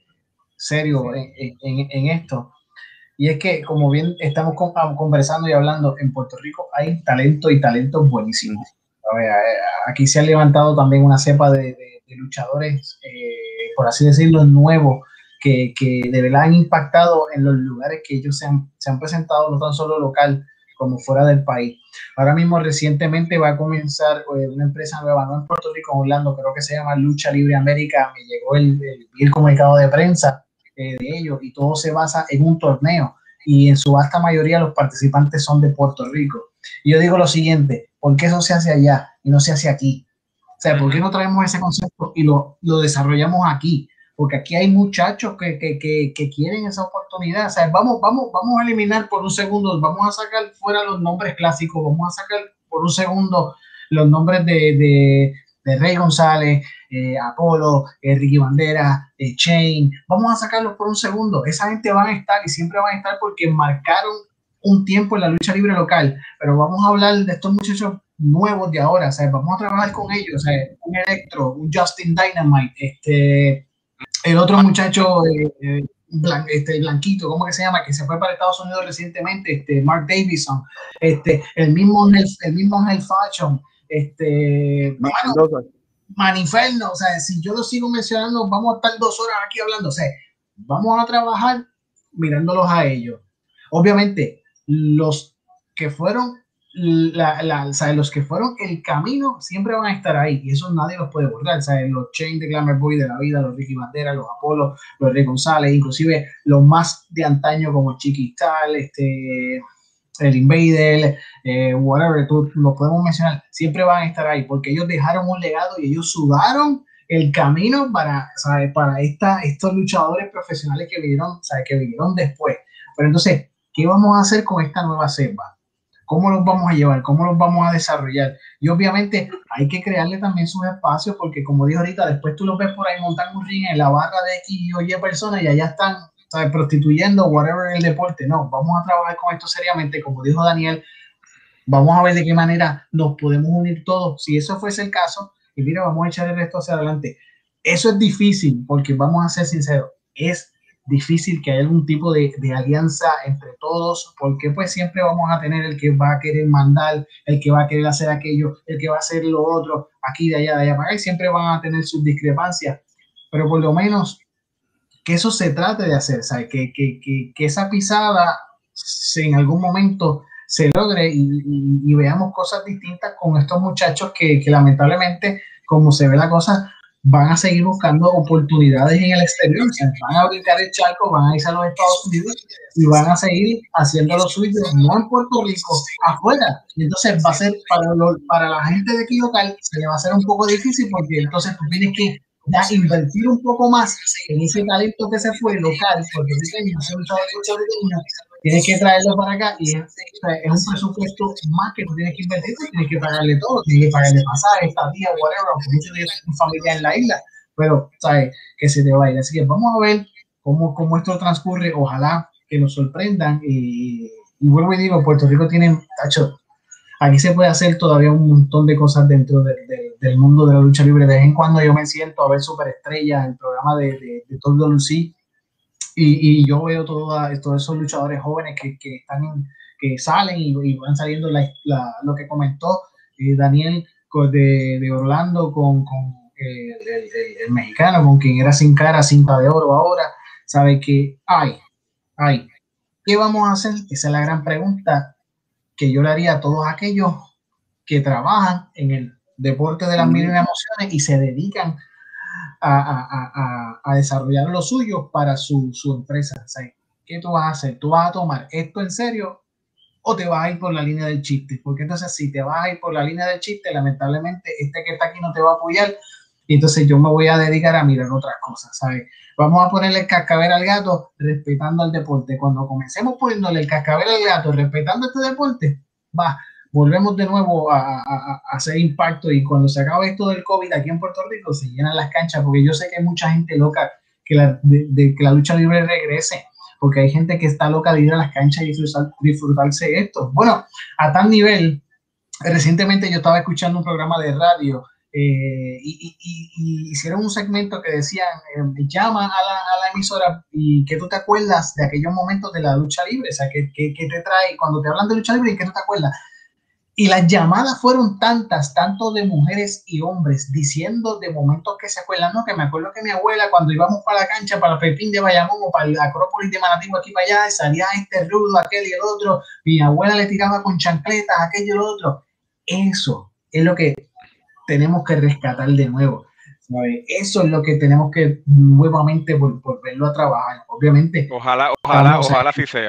serio en, en, en esto. Y es que, como bien estamos con, conversando y hablando, en Puerto Rico hay talento y talentos buenísimos. A ver, aquí se ha levantado también una cepa de, de, de luchadores, eh, por así decirlo, nuevos, que, que de verdad han impactado en los lugares que ellos se han, se han presentado, no tan solo local, como fuera del país. Ahora mismo, recientemente va a comenzar eh, una empresa nueva, no en Puerto Rico, en Orlando, creo que se llama Lucha Libre América. Me llegó el, el, el comunicado de prensa eh, de ellos y todo se basa en un torneo y en su vasta mayoría los participantes son de Puerto Rico. Y yo digo lo siguiente, ¿por qué eso se hace allá y no se hace aquí? O sea, ¿por qué no traemos ese concepto y lo, lo desarrollamos aquí? Porque aquí hay muchachos que, que, que, que quieren esa oportunidad. O sea, vamos, vamos, vamos a eliminar por un segundo, vamos a sacar fuera los nombres clásicos, vamos a sacar por un segundo los nombres de, de, de Rey González, eh, Apolo, eh, Ricky Bandera, eh, Shane. Vamos a sacarlos por un segundo. Esa gente van a estar y siempre van a estar porque marcaron un tiempo en la lucha libre local. Pero vamos a hablar de estos muchachos nuevos de ahora. O sea, vamos a trabajar con ellos. O sea, un Electro, un Justin Dynamite, este... el otro muchacho, eh, eh, blan, este, blanquito, ¿cómo que se llama? Que se fue para Estados Unidos recientemente, este, Mark Davison, este, el mismo el mismo Angel Fashion, este, bueno, Maniferno. O sea, si yo lo sigo mencionando, vamos a estar dos horas aquí hablando. O sea, vamos a trabajar mirándolos a ellos. Obviamente, los que fueron La, la, ¿sabes? Los que fueron el camino siempre van a estar ahí y eso nadie los puede borrar. ¿Sabes? Los Chain de Glamour Boy de la vida, los Ricky Bandera, los Apolo, los Rey González, inclusive los más de antaño como Chiquistal, este, el Invader, eh, whatever, tú, los podemos mencionar, siempre van a estar ahí porque ellos dejaron un legado y ellos sudaron el camino para, ¿sabes? Para esta, estos luchadores profesionales que vinieron, ¿sabes? Que vinieron después. Pero entonces, ¿qué vamos a hacer con esta nueva cepa? ¿Cómo los vamos a llevar? ¿Cómo los vamos a desarrollar? Y obviamente hay que crearle también sus espacios porque como dijo ahorita, después tú los ves por ahí montar un ring en la barra de X o Y personas y allá están, ¿sabes? Prostituyendo whatever el deporte. No, vamos a trabajar con esto seriamente. Como dijo Daniel, vamos a ver de qué manera nos podemos unir todos. Si eso fuese el caso, y mira, vamos a echar el resto hacia adelante. Eso es difícil porque vamos a ser sinceros, es difícil que haya algún tipo de, de alianza entre todos, porque pues siempre vamos a tener el que va a querer mandar, el que va a querer hacer aquello, el que va a hacer lo otro, aquí, de allá, de allá para acá, y siempre van a tener sus discrepancias, pero por lo menos que eso se trate de hacer, ¿sabes? Que, que, que, que esa pisada se, en algún momento se logre y, y, y veamos cosas distintas con estos muchachos que, que lamentablemente, como se ve la cosa, van a seguir buscando oportunidades en el exterior, o sea, van a brincar el charco, van a irse a los Estados Unidos y van a seguir haciendo lo suyo, no en Puerto Rico, afuera. Y entonces va a ser, para, lo, para la gente de aquí local, se le va a hacer un poco difícil porque entonces tú tienes que ya invertir un poco más en ese talento que se fue local, porque tienes que traerlo para acá y es, es un presupuesto más que tú tienes que invertir, tienes que pagarle todo, tienes que pagarle pasaje, estadía, whatever, aunque muchos tienen familia en la isla, pero sabes que se te va a ir. Así que vamos a ver cómo, cómo esto transcurre, ojalá que nos sorprendan y, y vuelvo y digo, Puerto Rico tiene, tacho, aquí se puede hacer todavía un montón de cosas dentro de, de, del mundo de la lucha libre. De vez en cuando yo me siento a ver Superestrellas, el programa de, de, de W W C, y, y yo veo toda, todos esos luchadores jóvenes que, que, están en, que salen y, y van saliendo la, la, lo que comentó eh, Daniel de, de Orlando con, con eh, el, el, el mexicano, con quien era Sin Cara, Cinta de Oro ahora, sabe que hay, hay. ¿Qué vamos a hacer? Esa es la gran pregunta que yo le haría a todos aquellos que trabajan en el deporte de las mil y una emociones y se dedican a, a, a, a desarrollar lo suyo para su, su empresa. O sea, ¿qué tú vas a hacer? ¿Tú vas a tomar esto en serio o te vas a ir por la línea del chiste? Porque entonces si te vas a ir por la línea del chiste, lamentablemente este que está aquí no te va a apoyar y entonces yo me voy a dedicar a mirar otras cosas, ¿sabes? Vamos a ponerle el cascabel al gato respetando el deporte. Cuando comencemos poniéndole el cascabel al gato respetando este deporte, va, volvemos de nuevo a, a, a hacer impacto y cuando se acabe esto del COVID aquí en Puerto Rico se llenan las canchas porque yo sé que hay mucha gente loca que la, de, de que la lucha libre regrese, porque hay gente que está loca de ir a las canchas y disfrutar, disfrutarse esto. Bueno, a tal nivel, recientemente yo estaba escuchando un programa de radio eh, y, y, y, y hicieron un segmento que decían, eh, llama a la, a la emisora y que tú te acuerdas de aquellos momentos de la lucha libre, o sea, que, que, que te trae, cuando te hablan de lucha libre, ¿y qué tú te acuerdas? Y las llamadas fueron tantas, tanto de mujeres y hombres, diciendo de momentos que se acuerdan, no, que me acuerdo que mi abuela cuando íbamos para la cancha, para el Pepín de Bayamón o para el Acrópolis de Manatí, aquí para allá, salía este rudo, aquel y el otro, mi abuela le tiraba con chancletas, aquello y el otro. Eso es lo que tenemos que rescatar de nuevo, ¿sabes? Eso es lo que tenemos que nuevamente volverlo a trabajar, obviamente. Ojalá, ojalá, ojalá así sea.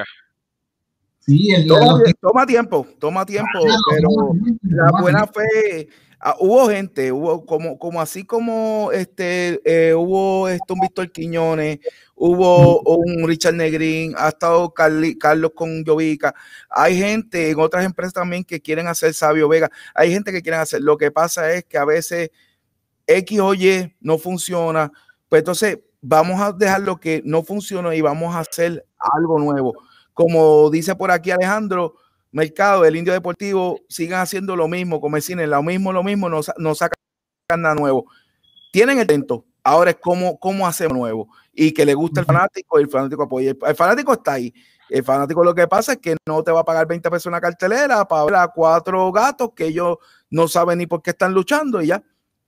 Sí, el, toma, el, toma tiempo, toma tiempo, claro, pero la buena fe, uh, hubo gente, hubo como, como así como este, eh, hubo esto, un Víctor Quiñones, hubo un Richard Negrín, ha estado Carly, Carlos con Jovica, hay gente en otras empresas también que quieren hacer Sabio Vega, hay gente que quieren hacer, lo que pasa es que a veces X o Y no funciona, pues entonces vamos a dejar lo que no funciona y vamos a hacer algo nuevo. Como dice por aquí Alejandro Mercado, el Indio Deportivo, sigan haciendo lo mismo, como el cine, lo mismo, lo mismo, no, no sacan nada nuevo. Tienen el talento, ahora es cómo, cómo hacemos nuevo y que le guste el fanático y el fanático apoye. El, el fanático está ahí. El fanático lo que pasa es que no te va a pagar veinte pesos una cartelera para ver a cuatro gatos que ellos no saben ni por qué están luchando y ya.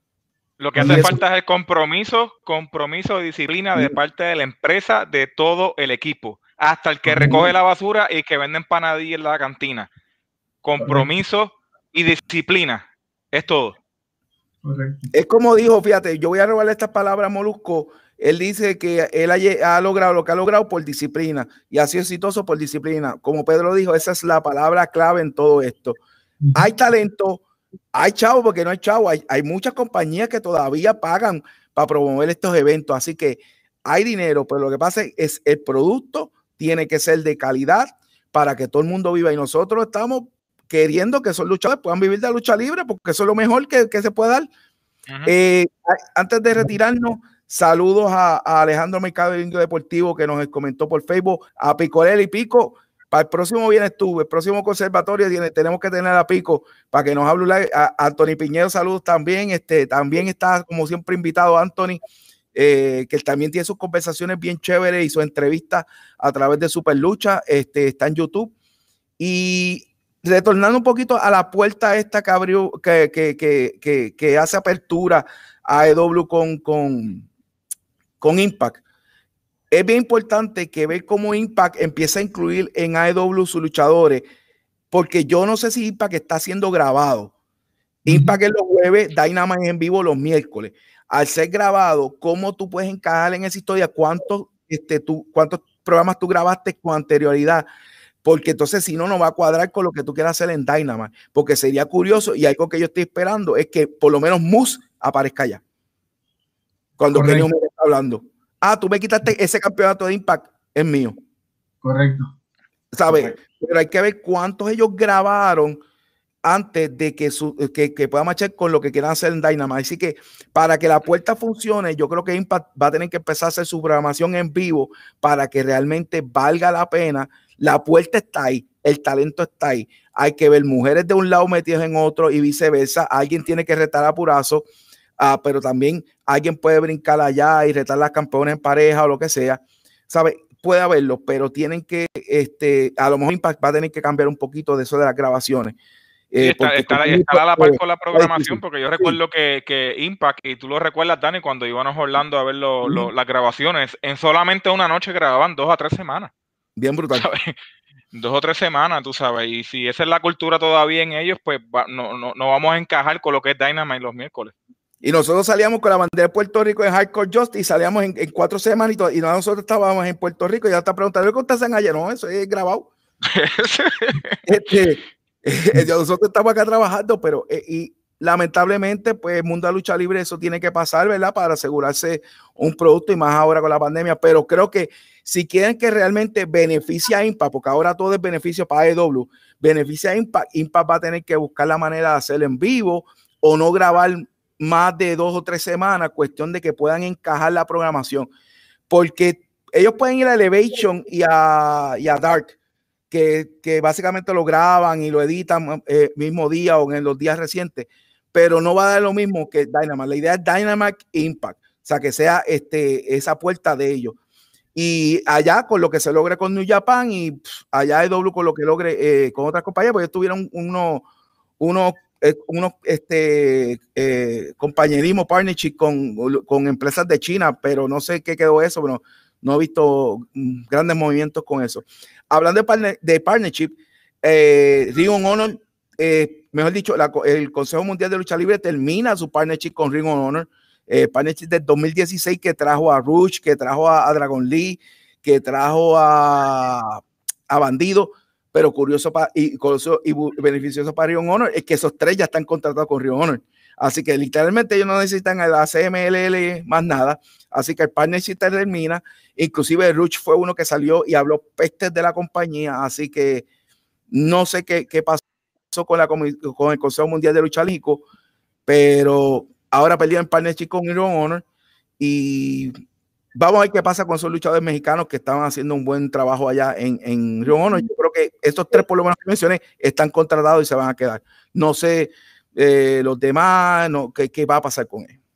Lo que hace falta es el compromiso, compromiso de disciplina de parte de la empresa, de todo el equipo. Hasta el que recoge la basura y que vende empanadillas en la cantina. Compromiso y disciplina. Es todo. Correcto. Es como dijo, fíjate, yo voy a robarle estas palabras a Molusco. Él dice que él ha, ha logrado lo que ha logrado por disciplina y ha sido exitoso por disciplina. Como Pedro dijo, esa es la palabra clave en todo esto. Hay talento, hay chavo, porque no hay chavo. Hay, hay muchas compañías que todavía pagan para promover estos eventos. Así que hay dinero, pero lo que pasa es el producto tiene que ser de calidad para que todo el mundo viva y nosotros estamos queriendo que esos luchadores puedan vivir de la lucha libre porque eso es lo mejor que, que se puede dar. Uh-huh. eh, antes de retirarnos, saludos a, a Alejandro Mercado del Indio Deportivo que nos comentó por Facebook, a Picorel y Pico, para el próximo vienes tú, el próximo conservatorio tiene, tenemos que tener a Pico para que nos hable, a, a Anthony Piñero, saludos también, este, también está como siempre invitado Anthony. Eh, que también tiene sus conversaciones bien chéveres y sus entrevistas a través de Super Lucha, este, está en YouTube. Y retornando un poquito a la puerta esta que abrió, que, que, que, que, que hace apertura a A E W con, con, con Impact, es bien importante que ver cómo Impact empieza a incluir en A E W sus luchadores, porque yo no sé si Impact está siendo grabado. Uh-huh. Impact es los jueves, Dynamite es en vivo los miércoles. Al ser grabado, ¿cómo tú puedes encajar en esa historia? ¿Cuántos, este, tú, cuántos programas tú grabaste con anterioridad? Porque entonces si no, no va a cuadrar con lo que tú quieras hacer en Dynamite. Porque sería curioso y algo que yo estoy esperando es que por lo menos Moose aparezca allá. Cuando Kenny Omega está hablando. Ah, tú me quitaste ese campeonato de Impact, es mío. Correcto. ¿Sabes? Correcto. Pero hay que ver cuántos ellos grabaron antes de que, su, que, que pueda marchar con lo que quieran hacer en Dynamite. Así que para que la puerta funcione, yo creo que Impact va a tener que empezar a hacer su programación en vivo para que realmente valga la pena. La puerta está ahí, el talento está ahí. Hay que ver mujeres de un lado metidas en otro y viceversa. Alguien tiene que retar a Purazo, uh, pero también alguien puede brincar allá y retar a las campeonas en pareja o lo que sea. ¿Sabe? Puede haberlo, pero tienen que, este, a lo mejor Impact va a tener que cambiar un poquito de eso de las grabaciones. Eh, está, está, está a la par con la programación, porque yo recuerdo sí. que, que Impact, y tú lo recuerdas, Dani, cuando íbamos a Orlando a ver lo, uh-huh. lo, las grabaciones, en solamente una noche grababan dos a tres semanas. Bien brutal. ¿Sabes? Dos o tres semanas, tú sabes, y si esa es la cultura todavía en ellos, pues va, no, no, no vamos a encajar con lo que es Dynamite los miércoles. Y nosotros salíamos con la bandera de Puerto Rico en Hardcore Justice y salíamos en, en cuatro semanas y, todo, y nosotros estábamos en Puerto Rico y ya está preguntando, ¿qué ustedes hacen allá? No, eso es grabado. este, eh, nosotros estamos acá trabajando, pero eh, y lamentablemente, pues el mundo de la lucha libre eso tiene que pasar, ¿verdad? Para asegurarse un producto y más ahora con la pandemia, pero creo que si quieren que realmente beneficie a Impact, porque ahora todo es beneficio para A E W, beneficia a Impact, Impact va a tener que buscar la manera de hacerlo en vivo o no grabar más de dos o tres semanas, cuestión de que puedan encajar la programación, porque ellos pueden ir a Elevation y a, y a Dark, que, que básicamente lo graban y lo editan el eh, mismo día o en los días recientes, pero no va a dar lo mismo que Dynamite. La idea es Dynamite Impact, o sea, que sea este, esa puerta de ellos. Y allá con lo que se logre con New Japan y pff, allá A E W con lo que logre eh, con otras compañías, porque ellos tuvieron unos uno, eh, uno, este, eh, compañerismo, partnership con, con empresas de China, pero no sé qué quedó eso, pero no he visto mm, grandes movimientos con eso. Hablando de, partner, de partnership, eh, Ring of Honor, eh, mejor dicho, la, el Consejo Mundial de Lucha Libre termina su partnership con Ring of Honor, eh, partnership del dos mil dieciséis que trajo a Rush, que trajo a, a Dragon Lee, que trajo a, a Bandido, pero curioso pa, y, curioso y beneficioso para Ring of Honor es que esos tres ya están contratados con Ring of Honor. Así que literalmente ellos no necesitan a la C M L L más nada. Así que el partnership termina. Inclusive Rush fue uno que salió y habló pestes de la compañía. Así que no sé qué, qué pasó con, la, con el Consejo Mundial de Lucha Libre, pero ahora perdieron el partnership con Ring of Honor. Y vamos a ver qué pasa con esos luchadores mexicanos que estaban haciendo un buen trabajo allá en, en Ring of Honor. Yo creo que estos tres, por lo menos que mencioné, están contratados y se van a quedar. No sé eh, los demás, no, ¿qué, qué va a pasar con ellos?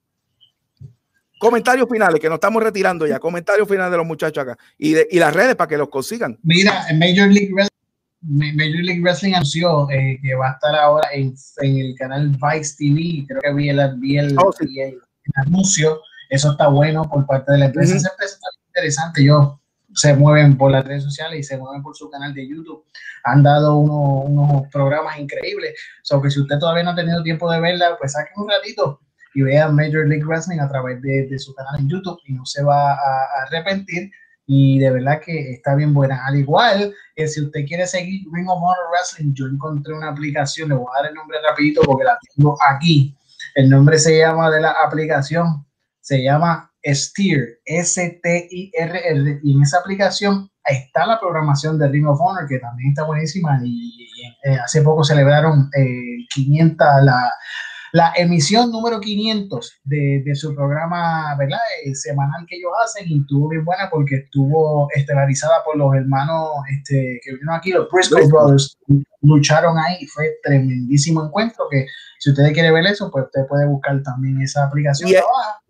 Comentarios finales, que nos estamos retirando ya. Comentarios finales de los muchachos acá. Y, de, y las redes para que los consigan. Mira, Major League Wrestling, Major League Wrestling anunció eh, que va a estar ahora en, en el canal Vice T V. Creo que vi el, vi el, oh, sí. vi el, el anuncio. Eso está bueno por parte de la empresa. Uh-huh. Esa empresa está interesante. Yo se mueven por las redes sociales y se mueven por su canal de YouTube. Han dado uno, unos programas increíbles. So que si usted todavía no ha tenido tiempo de verla, pues saquen un ratito y vean Major League Wrestling a través de, de su canal en YouTube y no se va a, a arrepentir. Y de verdad que está bien buena. Al igual que si usted quiere seguir Ring of Honor Wrestling, yo encontré una aplicación, le voy a dar el nombre rapidito porque la tengo aquí. El nombre se llama de la aplicación, se llama Steer, S T I R R, y en esa aplicación está la programación de Ring of Honor, que también está buenísima, y, y eh, hace poco celebraron eh, quinientos, la, la emisión número quinientos de, de su programa, ¿verdad? El semanal que ellos hacen, y estuvo bien buena porque estuvo estelarizada por los hermanos este, que vinieron aquí, los Briscoe Brothers, lucharon ahí, y fue tremendísimo encuentro, que si usted quiere ver eso, pues usted puede buscar también esa aplicación. Yeah.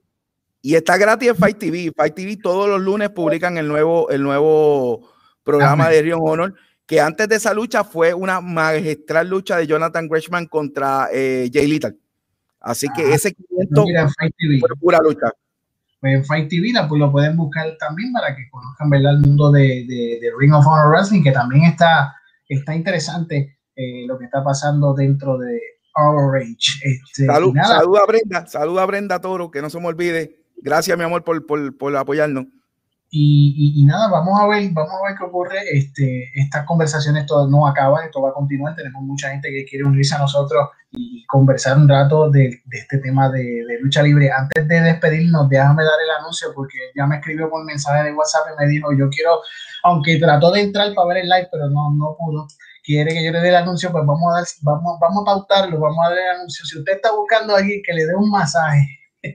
Y está gratis en Fight T V. Fight T V todos los lunes publican el nuevo, el nuevo programa Amén. de Ring of Honor, que antes de esa lucha fue una magistral lucha de Jonathan Gresham contra eh, Jay Lethal. Así que ah, ese quinientos no, fue pura lucha. Pues en Fight T V pues lo pueden buscar también para que conozcan, ¿verdad?, el mundo de, de, de Ring of Honor Wrestling, que también está, está interesante eh, lo que está pasando dentro de R O H. Este, salud, salud a Brenda, salud a Brenda Toro, que no se me olvide. Gracias, mi amor, por, por, por apoyarnos. Y, y, y nada, vamos a ver, vamos a ver qué ocurre. Este, estas conversaciones todas no acaban, esto va a continuar. Tenemos mucha gente que quiere unirse a nosotros y conversar un rato de, de este tema de, de lucha libre. Antes de despedirnos, déjame dar el anuncio porque ya me escribió por mensaje de WhatsApp y me dijo, yo quiero, aunque trató de entrar para ver el live, pero no, no pudo. Quiere que yo le dé el anuncio, pues vamos a dar, vamos, vamos a pautarlo, vamos a dar el anuncio. Si usted está buscando a alguien que le dé un masaje,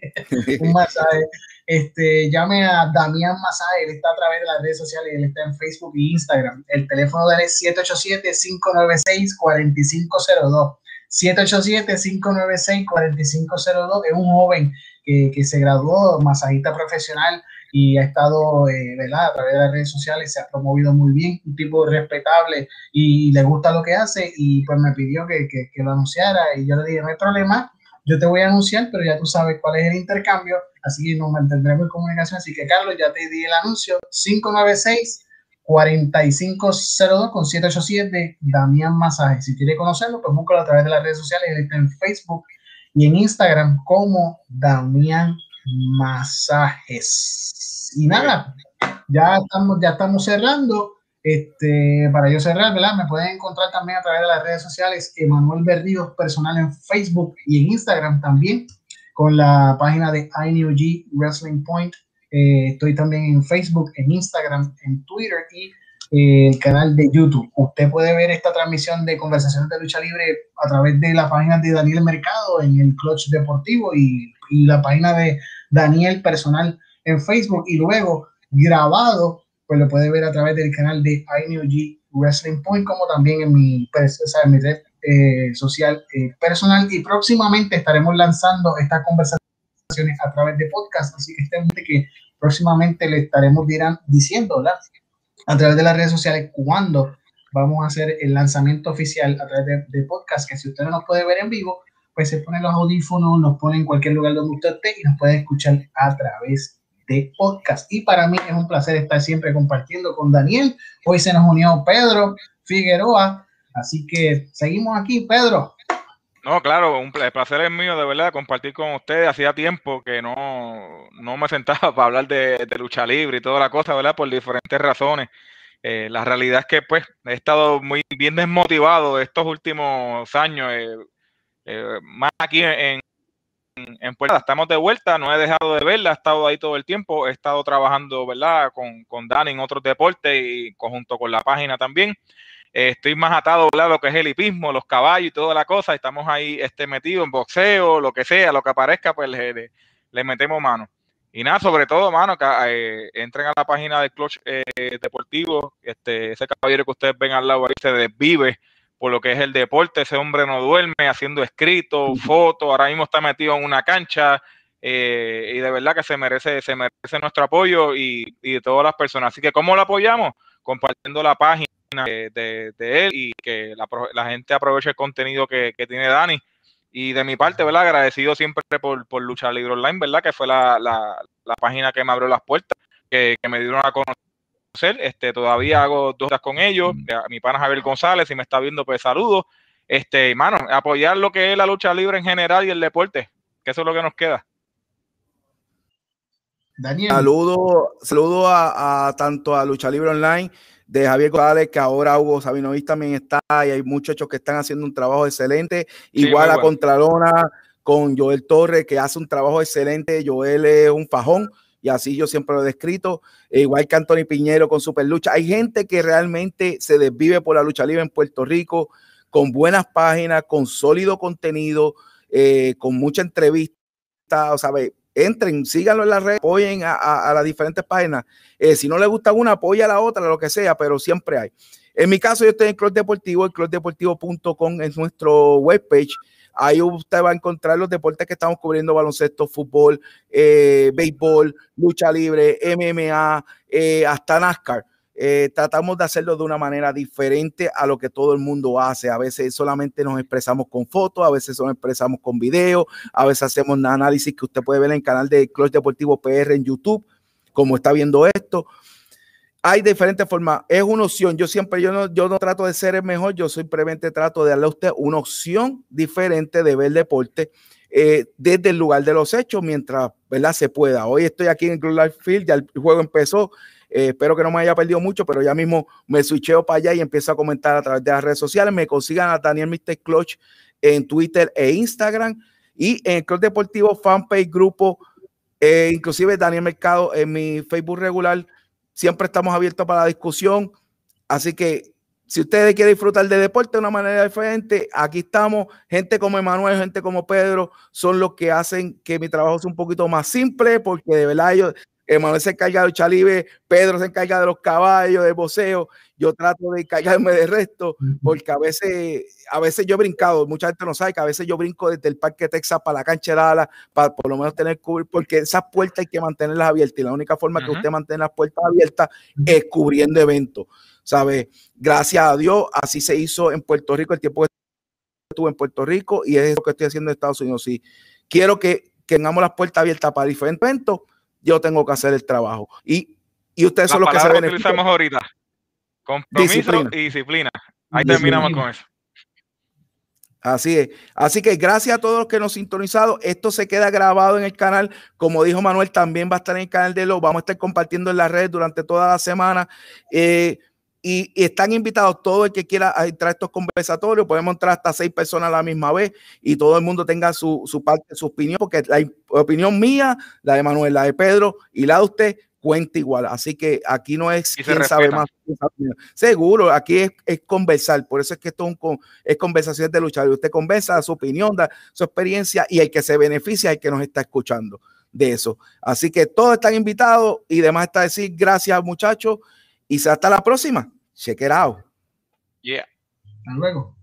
un masaje, este, llame a Damián Masaje, él está a través de las redes sociales, él está en Facebook e Instagram. El teléfono de él es siete ocho siete, cinco nueve seis, cuatro cinco cero dos. siete ocho siete, cinco nueve seis, cuatro cinco cero dos. Es un joven que, que se graduó, masajista profesional, y ha estado, eh, ¿verdad? A través de las redes sociales se ha promovido muy bien, un tipo respetable y le gusta lo que hace y pues me pidió que, que, que lo anunciara y yo le dije, no hay problema, yo te voy a anunciar, pero ya tú sabes cuál es el intercambio, así que nos mantendremos en comunicación. Así que, Carlos, ya te di el anuncio, cinco nueve seis, cuatro cinco cero dos con siete ocho siete, Damián Masajes. Si quieres conocerlo, pues búscalo a través de las redes sociales, él está en Facebook y en Instagram como Damián Masajes. Y nada, ya estamos, ya estamos cerrando. Este, para yo cerrar, ¿verdad? Me pueden encontrar también a través de las redes sociales, Emanuel Berríos personal en Facebook y en Instagram también, con la página de I N E W G Wrestling Point. Eh, estoy también en Facebook, en Instagram, en Twitter y eh, el canal de YouTube. Usted puede ver esta transmisión de conversaciones de lucha libre a través de la página de Daniel Mercado en el Clutch Deportivo y, y la página de Daniel personal en Facebook, y luego grabado pues lo puede ver a través del canal de I N E W G Wrestling Point, como también en mi, o sea, en mi red eh, social eh, personal, y próximamente estaremos lanzando estas conversaciones a través de podcast, así que estén que próximamente le estaremos dirán, diciendo, ¿verdad? A través de las redes sociales cuando vamos a hacer el lanzamiento oficial a través de, de podcast, que si usted no nos puede ver en vivo, pues se pone los audífonos, nos pone en cualquier lugar donde usted esté y nos puede escuchar a través de podcast. Y para mí es un placer estar siempre compartiendo con Daniel. Hoy se nos unió Pedro Figueroa, así que seguimos aquí, Pedro. No, claro, un el placer es mío de verdad compartir con ustedes. Hacía tiempo que no, no me sentaba para hablar de, de lucha libre y toda la cosa, ¿verdad? Por diferentes razones. Eh, la realidad es que pues he estado muy bien desmotivado estos últimos años, eh, eh, más aquí en, en Puerto. Estamos de vuelta, no he dejado de verla, he estado ahí todo el tiempo, he estado trabajando, ¿verdad? Con, con Dani en otros deportes y conjunto con la página también. Eh, estoy más atado a lo que es el hipismo, los caballos y toda la cosa. Estamos ahí este, metidos en boxeo, lo que sea, lo que aparezca, pues le, le, le metemos mano. Y nada, sobre todo, mano, que eh, entren a la página del Clutch eh, Deportivo. Este, ese caballero que ustedes ven al lado ahí se desvive por lo que es el deporte. Ese hombre no duerme haciendo escritos, fotos. Ahora mismo está metido en una cancha. Eh, y de verdad que se merece, se merece nuestro apoyo y, y de todas las personas. Así que, ¿cómo lo apoyamos? Compartiendo la página de, de, de él y que la, la gente aproveche el contenido que, que tiene Dani. Y de mi parte, ¿verdad? Agradecido siempre por, por Lucha Libre Online, ¿verdad? Que fue la, la, la página que me abrió las puertas, que, que me dieron a conocer. Este, todavía hago dos horas con ellos. Mi pana Javier González, si me está viendo, pues saludos. Este, mano, apoyar lo que es la lucha libre en general y el deporte, que eso es lo que nos queda. Daniel. Saludo, saludo a, a tanto a Lucha Libre Online de Javier González, que ahora Hugo Sabinovich también está, y hay muchachos que están haciendo un trabajo excelente. Sí, igual a bueno. Contralona con Joel Torres, que hace un trabajo excelente. Joel es un fajón, y así yo siempre lo he descrito. E igual que Anthony Piñero con Super Lucha. Hay gente que realmente se desvive por la lucha libre en Puerto Rico, con buenas páginas, con sólido contenido, eh, con mucha entrevista, o sea, entren, síganlo en las redes, apoyen a, a, a las diferentes páginas. Eh, si no les gusta una, apoya a la otra, lo que sea, pero siempre hay. En mi caso, yo estoy en Club Deportivo, el club deportivo punto com es nuestro webpage. Ahí usted va a encontrar los deportes que estamos cubriendo: baloncesto, fútbol, eh, béisbol, lucha libre, M M A, eh, hasta NASCAR. Eh, tratamos de hacerlo de una manera diferente a lo que todo el mundo hace. A veces solamente nos expresamos con fotos, a veces nos expresamos con video, a veces hacemos un análisis que usted puede ver en el canal de Clutch Deportivo P R en YouTube, como está viendo esto. Hay diferentes formas, es una opción. Yo siempre, yo no, yo no trato de ser el mejor, yo simplemente trato de darle a usted una opción diferente de ver deporte eh, desde el lugar de los hechos, mientras, ¿verdad?, se pueda. Hoy estoy aquí en Club Life Field, ya el juego empezó. Eh, espero que no me haya perdido mucho, pero ya mismo me switcheo para allá y empiezo a comentar a través de las redes sociales. Me consigan a Daniel mister Clutch en Twitter e Instagram, y en el Club Deportivo fanpage, grupo, eh, inclusive Daniel Mercado en mi Facebook regular. Siempre estamos abiertos para la discusión. Así que si ustedes quieren disfrutar de deporte de una manera diferente, aquí estamos. Gente como Emanuel, gente como Pedro, son los que hacen que mi trabajo sea un poquito más simple, porque de verdad ellos Emanuel se encarga de lucha libre, Pedro se encarga de los caballos, de boxeo, yo trato de encargarme del resto, porque a veces, a veces yo he brincado, mucha gente no sabe que a veces yo brinco desde el Parque Texas para la cancha de Dallas, para por lo menos tener cubrir, porque esas puertas hay que mantenerlas abiertas, y la única forma uh-huh. que usted mantiene las puertas abiertas es cubriendo eventos, ¿sabe? Gracias a Dios, así se hizo en Puerto Rico el tiempo que estuve en Puerto Rico, y es lo que estoy haciendo en Estados Unidos. Si quiero que, que tengamos las puertas abiertas para diferentes eventos, yo tengo que hacer el trabajo, y, y ustedes la son los que se que benefician. Utilizamos ahorita. Compromiso disciplina. y disciplina. Ahí disciplina. Terminamos con eso. Así es. Así que gracias a todos los que nos han sintonizado. Esto se queda grabado en el canal. Como dijo Manuel, también va a estar en el canal de Lo. Vamos a estar compartiendo en las redes durante toda la semana. Eh, y, y están invitados todo el que quiera entrar a estos conversatorios. Podemos entrar hasta seis personas a la misma vez y todo el mundo tenga su, su parte, su opinión, porque la opinión mía, la de Manuel, la de Pedro y la de usted cuenta igual, así que aquí no es y quién sabe más. Seguro, aquí es, es conversar, por eso es que esto es, un, es conversaciones de luchar. Usted conversa, da su opinión, da su experiencia, y el que se beneficia es el que nos está escuchando de eso. Así que todos están invitados, y demás está decir gracias, muchachos, y hasta la próxima. Check it out. Yeah. Hasta luego.